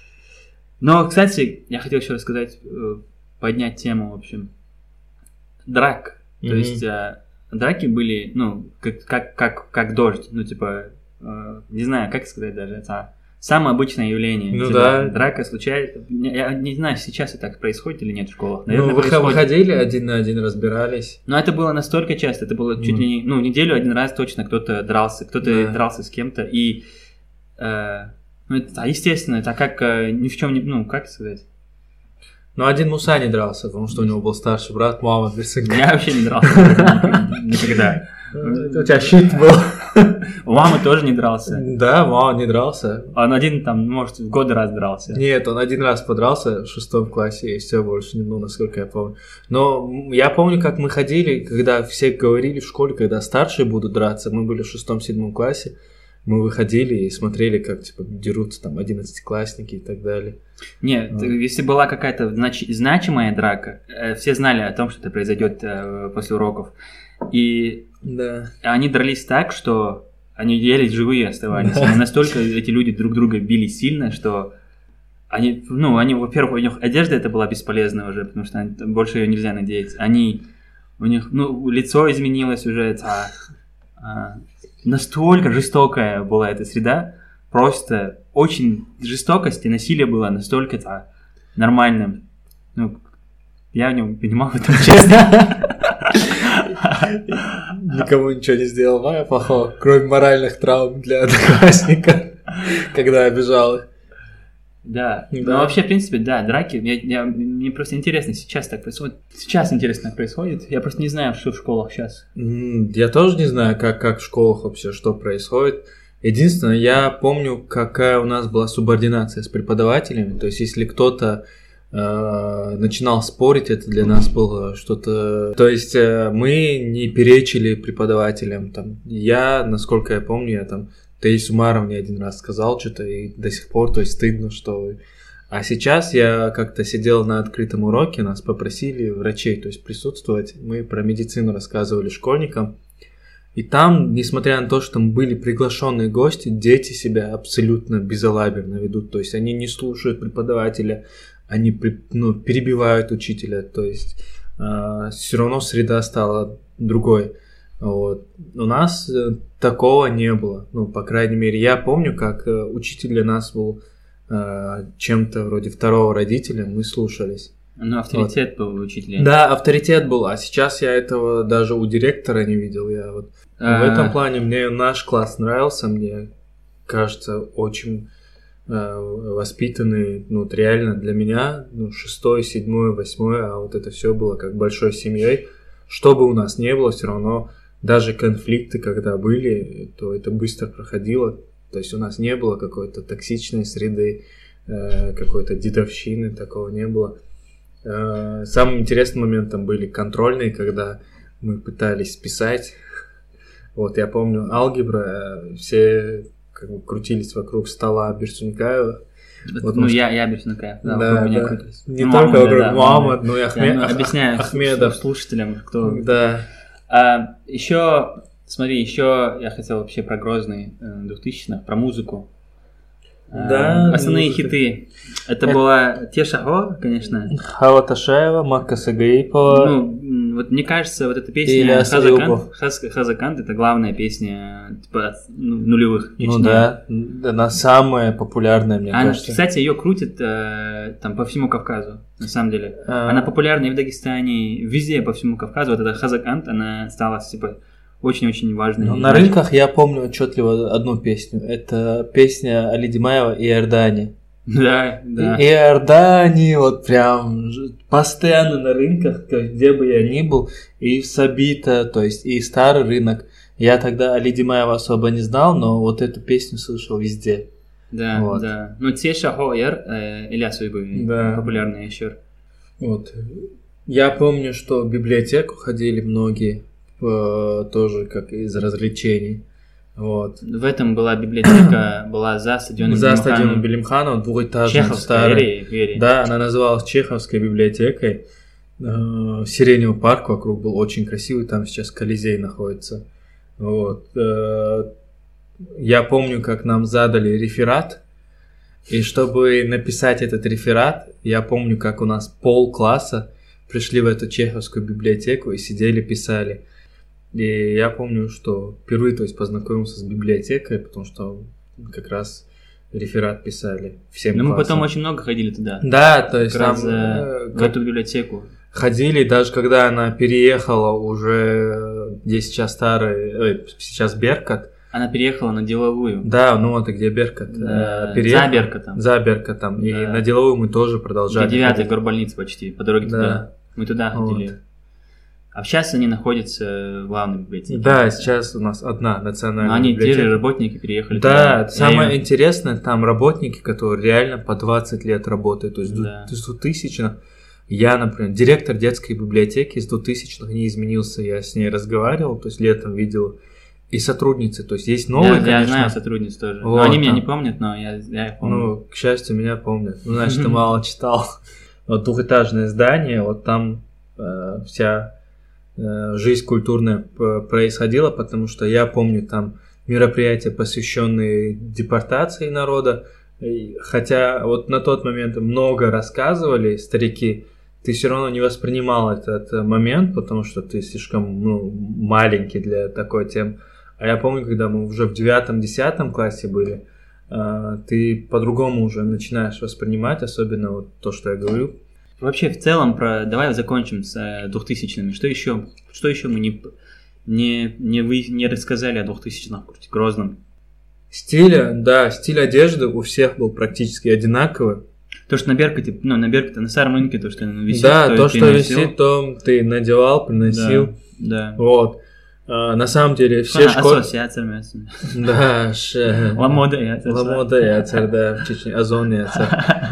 Но, кстати, я хотел еще рассказать, поднять тему, в общем, драк. Mm-hmm. То есть э, драки были, ну, как, как, как, как дождь, ну, типа, э, не знаю, как сказать даже, это самое обычное явление. Ну типа, да. Драка случается, я не знаю, сейчас это так происходит или нет в школах. Наверное, ну, вы происходит. Выходили один на один, разбирались. Но это было настолько часто, это было чуть mm. ли не, ну, неделю один раз точно кто-то дрался, кто-то yeah. дрался с кем-то, и... Э, Ну, это, естественно, это как э, ни в чем не... Ну, как сказать? Ну, один Муса не дрался, потому что у него был старший брат, мама. Я вообще не дрался никогда. У тебя щит был. У мамы тоже не дрался. Да, мама не дрался. Он один там, может, в год раз дрался. Нет, он один раз подрался в шестом классе, и все, больше не, ну, насколько я помню. Но я помню, как мы ходили, когда все говорили в школе, когда старшие будут драться, мы были в шестом-седьмом классе, мы выходили и смотрели, как, типа, дерутся там одиннадцатиклассники и так далее. Нет, а. если была какая-то знач- значимая драка, э, все знали о том, что это произойдет э, после уроков. И да. они дрались так, что они еле живые оставались. Да. Настолько эти люди друг друга били сильно, что они, ну, они, во-первых, у них одежда это была бесполезна уже, потому что они, больше ее нельзя надеть. Они, у них, ну, лицо изменилось уже, а, а, настолько жестокая была эта среда, просто очень жестокость и насилие было настолько-то нормальным. Ну, я не понимал в этом, честно. Никому ничего не сделал, да, плохого, кроме моральных травм для одноклассника, когда обижал их. Да. да, ну вообще, в принципе, да, драки, я, я, мне просто интересно, сейчас так происходит, сейчас интересно так происходит, я просто не знаю, что в школах сейчас. Я тоже не знаю, как, как в школах вообще, что происходит. Единственное, я помню, какая у нас была субординация с преподавателями, то есть если кто-то э, начинал спорить, это для нас было что-то... То есть э, мы не перечили преподавателям, там, я, насколько я помню, я там... Таис Умаров мне один раз сказал что-то, и до сих пор, то есть стыдно, что... А сейчас я как-то сидел на открытом уроке, нас попросили врачей, то есть присутствовать, мы про медицину рассказывали школьникам, и там, несмотря на то, что там были приглашенные гости, дети себя абсолютно безалаберно ведут, то есть они не слушают преподавателя, они ну, перебивают учителя, то есть э, все равно среда стала другой. Вот. У нас такого не было. Ну, по крайней мере, я помню, как учитель для нас был э, чем-то вроде второго родителя, мы слушались. Ну, авторитет вот. Был у учителя. Да, авторитет был, а сейчас я этого даже у директора не видел. Я вот в этом плане мне наш класс нравился, мне кажется, очень э, воспитанный, ну, вот реально для меня, ну, шестой, седьмой, восьмой, а вот это все было как большой семьей. Что бы у нас не было, все равно даже конфликты, когда были, то это быстро проходило. То есть у нас не было какой-то токсичной среды, э, какой-то дедовщины, такого не было. Э, самым интересным моментом были контрольные, когда мы пытались писать. Вот, я помню, алгебра, все как бы крутились вокруг стола Берсюнкаева. Вот, ну, я, я Берсюнкаев, да, да, вокруг меня крутились. Не ну, только вокруг да, Муаммад, но и Ахмед, я, ну, объясняю Ахмедов. Слушателям, кто... Да. А, еще, смотри, еще я хотел вообще про Грозный двухтысячных, про музыку. Да. А, основные музыка. Хиты. Это была Тешаго, конечно. Хава Ташаева, Макка Сагаипова. Ну, вот мне кажется, вот эта песня Хазакант, Хазакант, это главная песня типа нулевых. Ну да, она самая популярная, мне она, кажется. Кстати, ее крутят э, там по всему Кавказу, на самом деле. А... Она популярна и в Дагестане, везде по всему Кавказу. Вот эта Хазакант, она стала типа очень-очень важной. Ну, на рынках я помню отчетливо одну песню. Это песня Али Димаева «Иордания». Да, да. И Иордания, вот прям постоянно на рынках, где бы я ни был, и в Сабита, то есть и старый рынок. Я тогда Али Димаева особо не знал, но вот эту песню слышал везде. Да, вот. Да. Ну, Тешаго Яр, Ильяс Уйбуй, да. Популярный еще. Вот. Я помню, что в библиотеку ходили многие, тоже как из развлечений. Вот. В этом была библиотека, была за стадионом За стадионом Белимханова, двухэтажная, старая. Да, она называлась Чеховской библиотекой. Сиреневый парк вокруг был очень красивый, там сейчас Колизей находится. Вот. Я помню, как нам задали реферат, и чтобы написать этот реферат, я помню, как у нас полкласса пришли в эту Чеховскую библиотеку и сидели, писали. И я помню, что впервые, то есть, познакомился с библиотекой, потому что как раз реферат писали всем классам. Но мы потом очень много ходили туда. Да, то есть как там... Раз, в эту библиотеку. Ходили, даже когда она переехала уже, где сейчас старый, ой, сейчас Беркат. Она переехала на Деловую. Да, ну вот и где Беркат. Да, переехал, за Беркатом. За Беркатом. Да. И на Деловую мы тоже продолжали. Девятая горбольница почти, по дороге да. туда. Мы туда ходили. Вот. А сейчас они находятся в главной библиотеке. Да, сейчас у нас одна национальная Но они библиотека. те же работники переехали да, туда. Самое Я интересное, там работники, которые реально по двадцать лет работают. То есть да. с двухтысячных. Я, например, директор детской библиотеки из двухтысячных не изменился. Я с ней разговаривал, то есть летом видел. И сотрудницы, то есть есть новые, я, конечно. Я знаю сотрудниц тоже. Вот, но они там. Меня не помнят, но я, я их помню. Ну, к счастью, меня помнят. Ну, значит, ты мало читал. Вот двухэтажное здание, вот там э, вся э, жизнь культурная происходила, потому что я помню там мероприятия, посвященные депортации народа. И, хотя вот на тот момент много рассказывали старики, ты все равно не воспринимал этот момент, потому что ты слишком ну, маленький для такой темы. А я помню, когда мы уже в девятом-десятом классе были, ты по-другому уже начинаешь воспринимать, особенно вот то, что я говорю. Вообще, в целом, про... давай закончим с двухтысячными. Что еще, что еще мы не, не, не, вы... не рассказали о двухтысячных Грозном? Стиля, да, стиль одежды у всех был практически одинаковый. То, что на Беркуте, ну, на Беркуте, на старом рынке, то, что висит, да, то, то что висит, то ты надевал, приносил. Да, да. Вот. А, на самом деле все школы... Асоциация мяса. Да, ше... Ламода яцер. Ламода яцер, да, в Чечне, Озон яцер.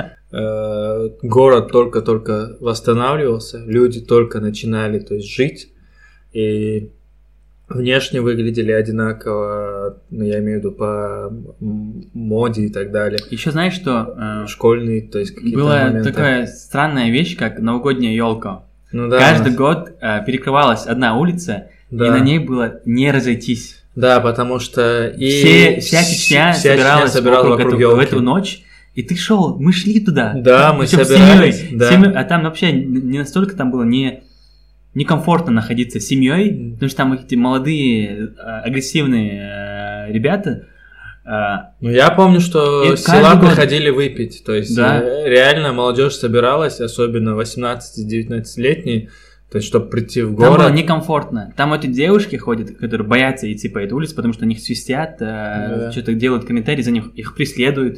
Город только-только восстанавливался, люди только начинали, то есть, жить, и внешне выглядели одинаково, ну, я имею в виду по моде и так далее. Еще знаешь, что... Школьные, то есть, какие-то была моменты. Такая странная вещь, как новогодняя елка. Ну, да, каждый год э, перекрывалась одна улица, да. И на ней было не разойтись. Да, потому что и Все, вся Чечня вся собиралась собирала вокруг, вокруг эту, в эту ночь, и ты шел, мы шли туда. Да, мы причем собирались. С семьей, да. семьей, а там вообще не настолько там было не, некомфортно находиться с семьей, mm. потому что там эти молодые, агрессивные ребята. Ну, я помню, что села приходили выпить, то есть да. реально молодежь собиралась, особенно восемнадцати-девятнадцатилетние, то есть, чтобы прийти в город. Там было некомфортно. Там эти девушки ходят, которые боятся идти по этой улице, потому что на них свистят, да. что-то делают комментарии, за них их преследуют.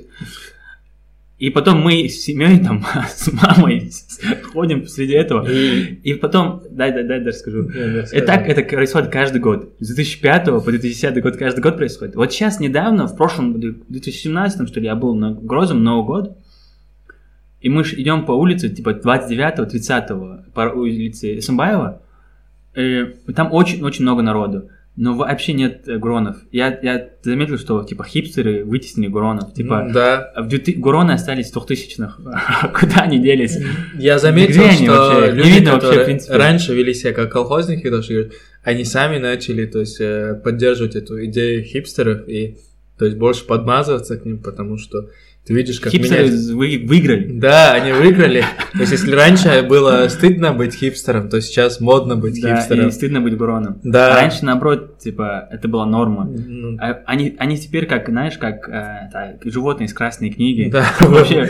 И потом мы с семьей, там, с мамой ходим среди этого. И, и потом, дай, дай, дай, дай расскажу. И так это происходит каждый год. С две тысячи пятого по две тысячи десятый год каждый год происходит. Вот сейчас недавно, в прошлом, в две тысячи семнадцатом, что ли, я был на Грозном, Новый год. И мы идем по улице, типа двадцать девятого, тридцатого, по улице Исамбаева. э, там очень-очень много народу. Но вообще нет гуронов. Я, я заметил, что типа хипстеры вытеснили гуронов. Типа да. Гуроны остались в двухтысячных. Куда они делись? Я заметил, что люди, не видно которые вообще, в принципе. Раньше вели себя как колхозники, потому что они сами начали, то есть, поддерживать эту идею хипстеров и, то есть, больше подмазываться к ним, потому что ты видишь, как хипстеры меня... вы... выиграли. Да, они выиграли. То есть, если раньше было стыдно быть хипстером, то сейчас модно быть да, хипстером. И стыдно быть гуроном. Да. А раньше, наоборот, типа, это была норма. Ну... Они, они теперь, как, знаешь, как э, так, животные из Красной книги. Да, вообще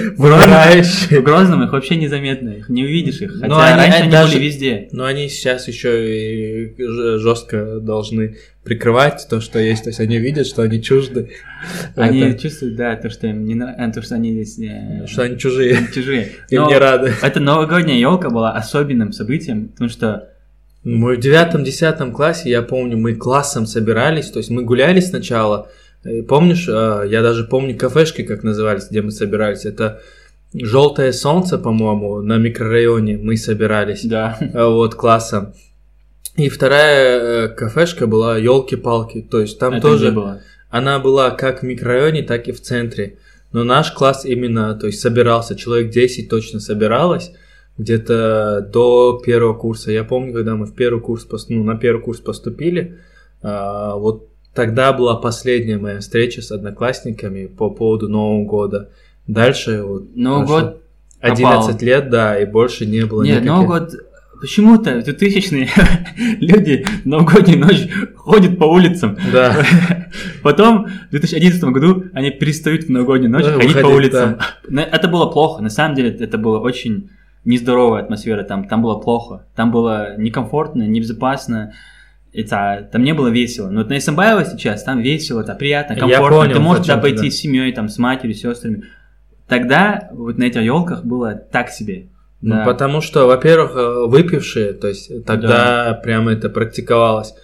в Грозном их вообще незаметно, их не увидишь их. Хотя но раньше они, они даже... были везде. Но они сейчас еще и жестко должны прикрывать то, что есть, то есть они видят, что они чужды. Они это... чувствуют, да, то, что им не нравится, то, что они здесь... Э... Что они чужие. чужие. Им не рады. Эта новогодняя елка была особенным событием, потому что... Мы в девятом-десятом классе, я помню, мы классом собирались, то есть мы гуляли сначала. И помнишь, я даже помню кафешки, как назывались, где мы собирались. Это «Желтое солнце», по-моему, на микрорайоне мы собирались. Да. Вот, классом. И вторая кафешка была «Ёлки-палки», то есть там это тоже была? Она была как в микрорайоне, так и в центре. Но наш класс именно, то есть собирался, человек десять точно собиралось, где-то до первого курса. Я помню, когда мы в первый курс, ну, на первый курс поступили, а, вот тогда была последняя моя встреча с одноклассниками по поводу Нового года. Дальше вот Новый год одиннадцать пропал. Лет, да, и больше не было Нет, никаких... Новый год... Почему-то двухтысячные люди в новогоднюю ночь ходят по улицам. Да. Потом в две тысячи одиннадцатом году они перестают в новогоднюю ночь да, ходить выходить, по улицам. Да. Это было плохо. На самом деле это была очень нездоровая атмосфера. Там, там было плохо. Там было некомфортно, небезопасно. Это, там не было весело. Но вот на Исамбаева сейчас там весело, это приятно, комфортно. Понял, ты можешь туда пойти да. с семьей, там, с матерью, с сестрами. Тогда вот на этих елках было так себе. Ну, да. Потому что, во-первых, выпившие, то есть тогда да. прямо это практиковалось.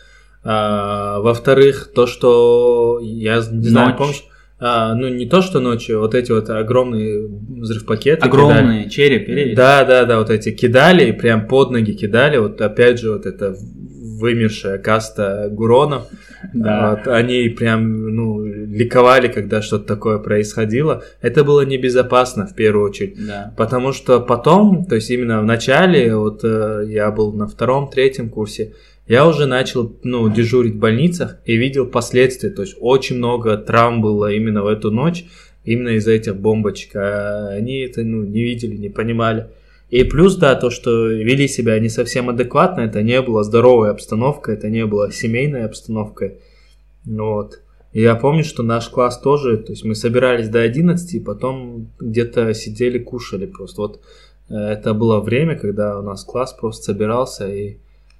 А, во-вторых, то, что я не Ночь. знаю, помнишь, а, ну не то, что ночью, вот эти вот огромные взрывпакеты. Огромные, череп, Да, да, да, вот эти кидали и прям под ноги кидали. Вот опять же, вот это вымершая каста гуронов. Да. Вот, они прям, ну, ликовали, когда что-то такое происходило. Это было небезопасно в первую очередь. Да. Потому что потом, то есть именно в начале, вот я был на втором, третьем курсе, я уже начал, ну, дежурить в больницах и видел последствия. То есть очень много травм было именно в эту ночь, именно из-за этих бомбочек. А они это, ну, не видели, не понимали. И плюс, да, то, что вели себя не совсем адекватно, это не была здоровая обстановка, это не была семейная обстановка. Вот. И я помню, что наш класс тоже, то есть мы собирались до одиннадцати, и потом где-то сидели, кушали просто. Вот это было время, когда у нас класс просто собирался, и,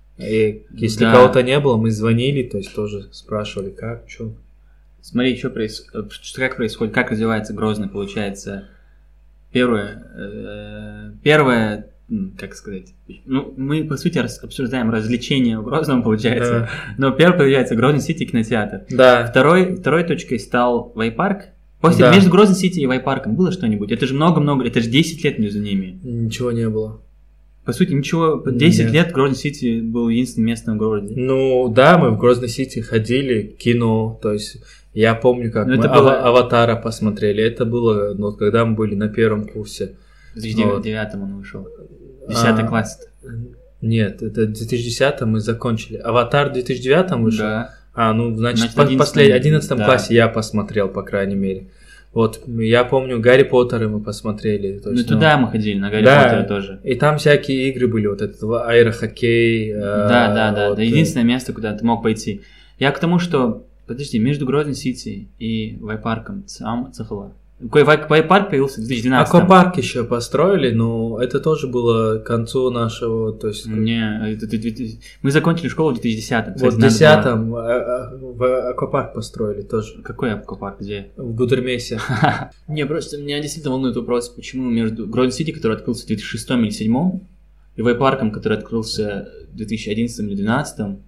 и если да. кого-то не было, мы звонили, то есть тоже спрашивали, как, что. Смотри, что происходит, как происходит, как развивается Грозный, получается. Первое, э, первое, как сказать, ну, мы, по сути, обсуждаем развлечения в Грозном, получается, да. но первое появляется Грозный Сити кинотеатр. Да. Второй, второй точкой стал Вайпарк. После, да. Между Грозный Сити и Вайпарком было что-нибудь? Это же много-много, это же десять лет между ними. Ничего не было. По сути, ничего, десять лет Грозный Сити был единственным местом в городе. Ну, да, мы в Грозный Сити ходили, кино, то есть... Я помню, как но мы было... «Аватара» посмотрели. Это было, ну, когда мы были на первом курсе. В две тысячи девятом вот. Он вышел. Десятый а, класс. Нет, это в две тысячи десятом мы закончили. «Аватар» в две тысячи девятом вышел? Да. А, ну, значит, значит в послед... одиннадцатом да. классе я посмотрел, по крайней мере. Вот, я помню, «Гарри Поттера» мы посмотрели. То есть, ну, туда ну... мы ходили, на «Гарри да, Поттера» тоже. И там всякие игры были, вот этот аэрохоккей. Да, э, да, да, вот... да, единственное место, куда ты мог пойти. Я к тому, что... Подожди, между Грозный Сити и Вайпарком сам Цахала. Вайпарк появился в две тысячи двенадцатом. Аквапарк еще построили, но это тоже было к концу нашего, то есть... Не, это, это, это, мы закончили школу в две тысячи десятом. Вот в две тысячи десятом в аквапарк построили тоже. Какой аквапарк, где? В Гудермесе. Не, просто меня действительно волнует вопрос, почему между Грозный Сити, который открылся в две тысячи шестом или две тысячи седьмом, и Вайпарком, который открылся в две тысячи одиннадцатом или две тысячи двенадцатом,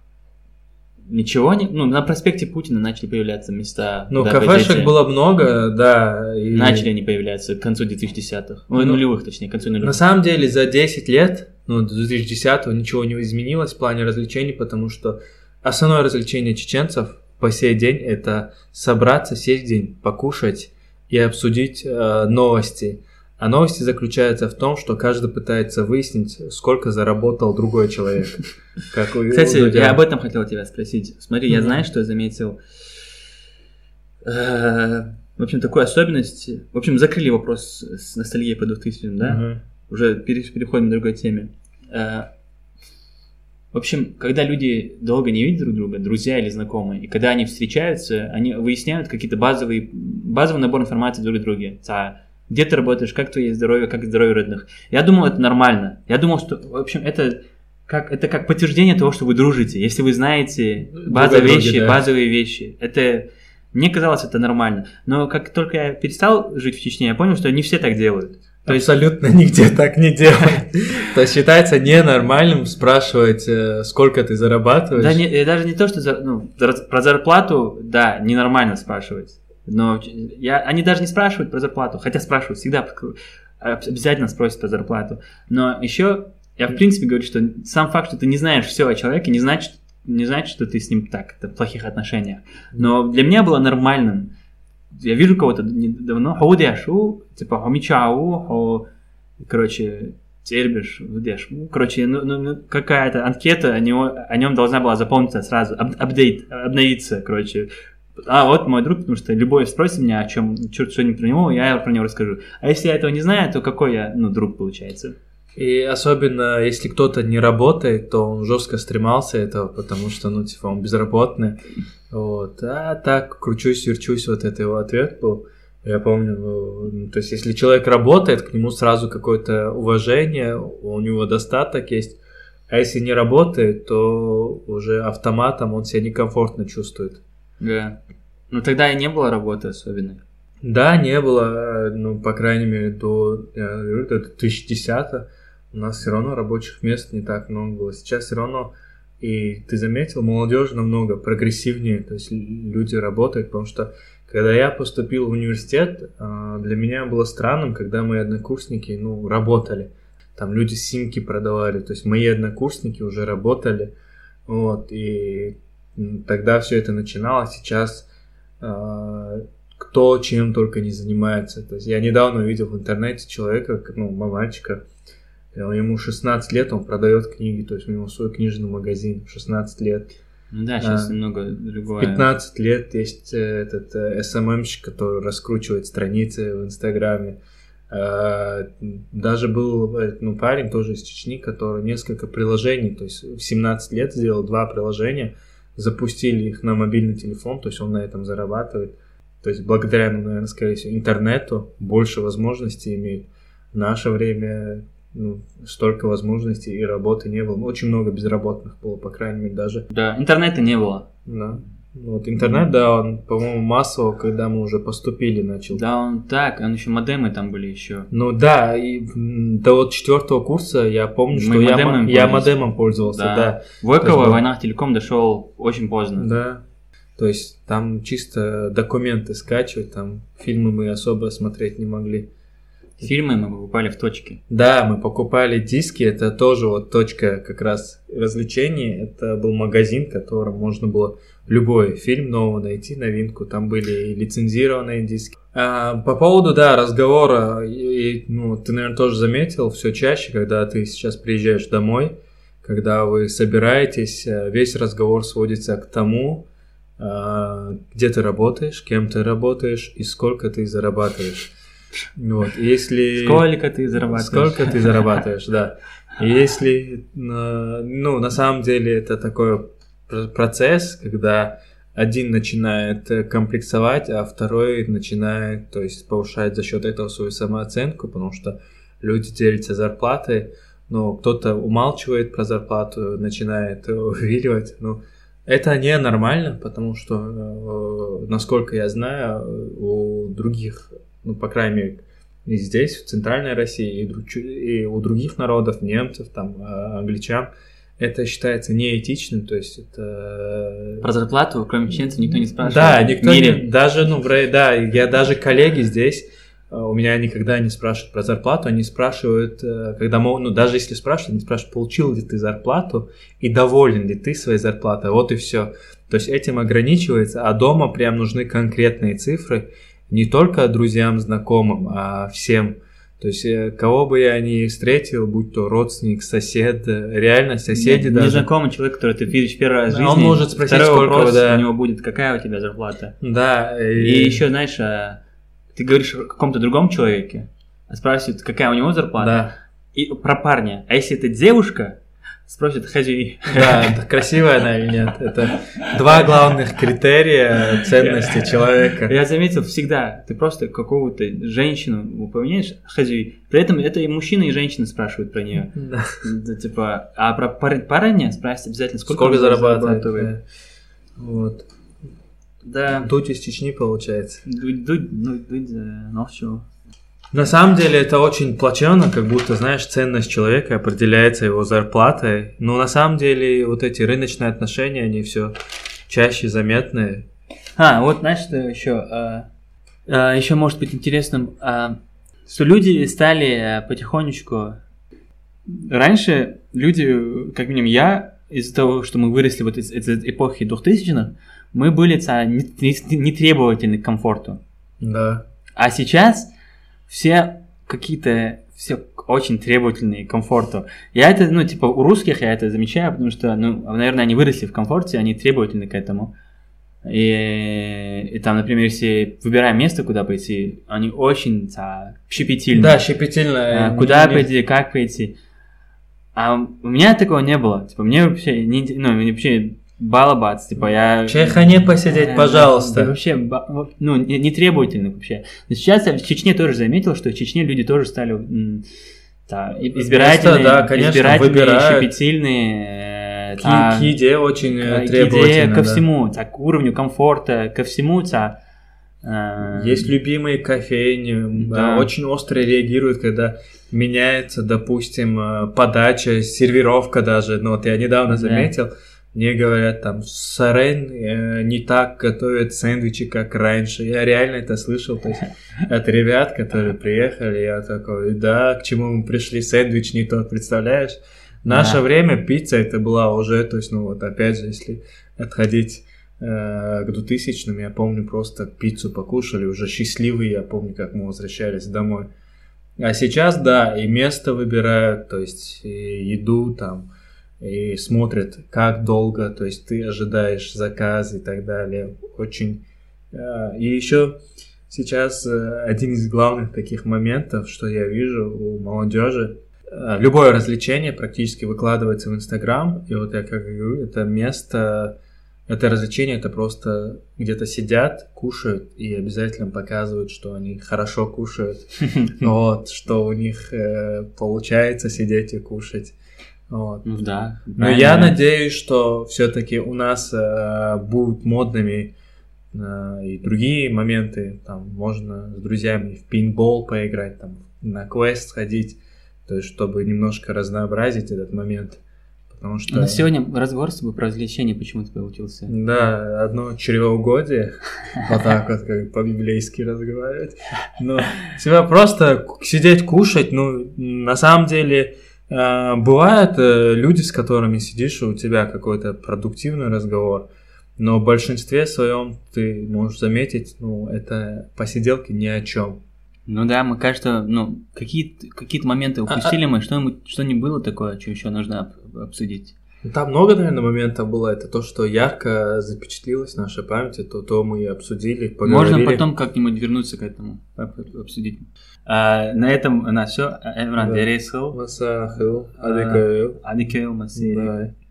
ничего не... Ну, на проспекте Путина начали появляться места... Ну, кафешек дети... было много, да. И... Начали они появляться к концу две тысячи десятых. Ну, нулевых, точнее, к концу нулевых. На самом деле, за десять лет ну, до две тысячи десятого ничего не изменилось в плане развлечений, потому что основное развлечение чеченцев по сей день это собраться, сесть день, покушать и обсудить э, новости. А новости заключаются в том, что каждый пытается выяснить, сколько заработал другой человек. Как у, Кстати, у я об этом хотел тебя спросить. Смотри, mm-hmm. я знаю, что я заметил. Э, в общем, такую особенность. В общем, закрыли вопрос с ностальгией по двухтысячным, да? Mm-hmm. Уже переходим к другой теме. Э, в общем, когда люди долго не видят друг друга, друзья или знакомые, и когда они встречаются, они выясняют какие-то базовые, базовый набор информации друг о друге. Где ты работаешь, как твое здоровье, как здоровье родных. Я думал, это нормально. Я думал, что, в общем, это как, это как подтверждение того, что вы дружите. Если вы знаете базовые вещи, други, да. базовые вещи. Это, мне казалось, это нормально. Но как только я перестал жить в Чечне, я понял, что не все так делают. То Абсолютно есть... нигде так не делают. То есть считается ненормальным спрашивать, сколько ты зарабатываешь. Да, не, даже не то, что ну, про зарплату, да, ненормально спрашивать. Но я, они даже не спрашивают про зарплату, хотя спрашивают всегда, обязательно спросят про зарплату. Но еще я в принципе говорю, что сам факт, что ты не знаешь все о человеке, не значит, не значит, что ты с ним так, в плохих отношениях. Но для меня было нормальным. Я вижу кого-то давно, хаудяшу, типа хамичау, короче, тербиш, короче, ну, ну, какая-то анкета о, него, о нем должна была заполниться сразу, апдейт, обновиться, короче. А вот мой друг, потому что любой спросит меня о чем, что-нибудь про него, я про него расскажу. А если я этого не знаю, то какой я, ну, друг получается? И особенно, если кто-то не работает, то он жестко стремался этого, потому что, ну, типа, он безработный. Вот. А так, кручусь, верчусь, вот это его ответ был. Я помню, ну, то есть, если человек работает, к нему сразу какое-то уважение, у него достаток есть. А если не работает, то уже автоматом он себя некомфортно чувствует. Да. Ну тогда и не было работы особенной. Да, не было, ну, по крайней мере, до, я говорю, до две тысячи десятого у нас все равно рабочих мест не так много было. Сейчас все равно, и ты заметил, молодежь намного прогрессивнее, то есть люди работают, потому что когда я поступил в университет, для меня было странным, когда мои однокурсники, ну, работали. Там люди симки продавали, то есть мои однокурсники уже работали, вот, и тогда все это начиналось, сейчас э, кто чем только не занимается. То есть я недавно увидел в интернете человека, ну, мальчика, ему шестнадцать лет, он продает книги, то есть у него свой книжный магазин, шестнадцать лет. Ну да, сейчас а, немного другое. пятнадцать лет есть этот эс эм эм-щик, который раскручивает страницы в Инстаграме. А, даже был, ну, парень тоже из Чечни, который несколько приложений, то есть в семнадцать лет сделал два приложения, запустили их на мобильный телефон, то есть он на этом зарабатывает. То есть благодаря, ну, наверное, скорее всего, интернету больше возможностей имеет. В наше время, ну, столько возможностей и работы не было. Ну, очень много безработных было, по крайней мере, даже. Да, интернета не было. Да. Вот интернет, да, он, по-моему, массово, когда мы уже поступили, начал. Да, он так, он еще модемы там были еще. Ну да, и до вот четвертого курса я помню, что я, модемом я модемом пользовался, да. да. Войково в войнах телеком дошел очень поздно. Да, то есть там чисто документы скачивать, там фильмы мы особо смотреть не могли. Фильмы мы покупали в точке. Да, мы покупали диски, это тоже вот точка как раз развлечений. Это был магазин, в котором можно было любой фильм новый найти, новинку. Там были и лицензированные диски. А, по поводу, да, разговора, и, ну, ты, наверное, тоже заметил, все чаще, когда ты сейчас приезжаешь домой, когда вы собираетесь, весь разговор сводится к тому, где ты работаешь, кем ты работаешь и сколько ты зарабатываешь. Вот, если... Сколько ты зарабатываешь. Сколько ты зарабатываешь, да. И если, ну, на самом деле это такой процесс, когда один начинает комплексовать, а второй начинает, то есть, повышать за счет этого свою самооценку, потому что люди делятся зарплатой, но кто-то умалчивает про зарплату, начинает увиливать, ну, это не нормально, потому что, насколько я знаю, у других, ну, по крайней мере, и здесь, в Центральной России, и у других народов, немцев, там, англичан, это считается неэтичным, то есть это... Про зарплату, кроме чеченцев, никто не спрашивает. Да, никто не... Даже, ну, да, я даже коллеги здесь, у меня никогда не спрашивают про зарплату, они спрашивают, когда, ну, даже если спрашивают, они спрашивают, получил ли ты зарплату и доволен ли ты своей зарплатой, вот и все. То есть этим ограничивается, а дома прям нужны конкретные цифры, не только друзьям, знакомым, а всем. То есть кого бы я ни встретил, будь то родственник, сосед, реально соседи не, даже. Незнакомый человек, который ты видишь первый раз в жизни. Он может спросить, сколько вопрос да. у него будет, какая у тебя зарплата. Да. И, и еще, знаешь, ты говоришь о каком-то другом человеке, а спрашивают, какая у него зарплата. Да. И про парня. А если это девушка, спросят, хази. Да, красивая она или нет. Это два главных критерия ценности человека. Я заметил всегда, ты просто какого-то женщину упоминаешь, хази. При этом это и мужчина, и женщина спрашивают про нее. Да. Да, типа, а про пар- парня спрашивают обязательно, сколько, сколько он зарабатывает. зарабатывает. Да. Вот. Да. Дудь из Чечни получается. Дудь, дудь, дудь, дудь, ну все. На самом деле это очень плачевно, как будто, знаешь, ценность человека определяется его зарплатой. Но на самом деле вот эти рыночные отношения, они все чаще заметны. А, вот знаешь, что еще? А, а, еще может быть интересным, а, что люди стали потихонечку... Раньше люди, как минимум я, из-за того, что мы выросли вот из, из эпохи двухтысячных, мы были не, не, не требовательны к комфорту. Да. А сейчас все какие-то, все очень требовательные к комфорту. Я это, ну, типа, у русских я это замечаю, потому что, ну, наверное, они выросли в комфорте, они требовательны к этому. И, и там, например, если выбираем место, куда пойти, они очень а, щепетильны. Да, щепетильно. А, куда не... пойти, как пойти. А у меня такого не было. Типа, мне вообще, не, ну, мне вообще балабац, типа, я... В чайхане посидеть, пожалуйста. Да, вообще, ну, не, не требовательно вообще. Но сейчас я в Чечне тоже заметил, что в Чечне люди тоже стали да, избирательные, да, конечно, избирательные, выбирают. щепетильные. К, та, к еде очень к требовательно. Еде, ко да. всему, та, к уровню комфорта, ко всему. Та, э... Есть любимые кофейни, да. очень остро реагируют, когда меняется, допустим, подача, сервировка даже. Ну, вот я недавно заметил, да. Мне говорят, там, Сарен э, не так готовят сэндвичи, как раньше. Я реально это слышал, то есть от ребят, которые приехали, я такой, да, к чему мы пришли, сэндвич не тот, представляешь? В наше да. время пицца это была уже, то есть, ну вот опять же, если отходить э, к двухтысячным, я помню, просто пиццу покушали, уже счастливые, я помню, как мы возвращались домой. А сейчас, да, и место выбирают, то есть и еду там, и смотрят, как долго, то есть ты ожидаешь заказ и так далее. Очень. И еще сейчас один из главных таких моментов, что я вижу у молодежи, любое развлечение практически выкладывается в Инстаграм, и вот я как говорю, это место, это развлечение, это просто где-то сидят, кушают и обязательно показывают, что они хорошо кушают, вот, что у них получается сидеть и кушать. Вот. Ну да. Но я надеюсь, что все-таки у нас э, будут модными э, и другие моменты. Там можно с друзьями в пейнтбол поиграть, там, на квест сходить, то есть чтобы немножко разнообразить этот момент. Потому что... На сегодня разговор с тобой про развлечения почему-то получился. Да, одно чревоугодие, вот так вот, как по-библейски разговаривать. Но тебя просто сидеть, кушать, ну, на самом деле... Бывают люди, с которыми сидишь, и у тебя какой-то продуктивный разговор, но в большинстве своем ты можешь заметить, ну, это посиделки ни о чем. Ну да, мы, кажется, ну, какие-то, какие-то моменты упустили а, мы, что, что не было такое, что еще нужно обсудить. Там много, наверное, моментов было. Это то, что ярко запечатлилось в нашей памяти, то, то мы и обсудили, поговорили. Можно потом как-нибудь вернуться к этому, обсудить. А, на этом у нас все. Эмран, Дерейсхил. Масахил. Адикаил. Адикаил, Масей.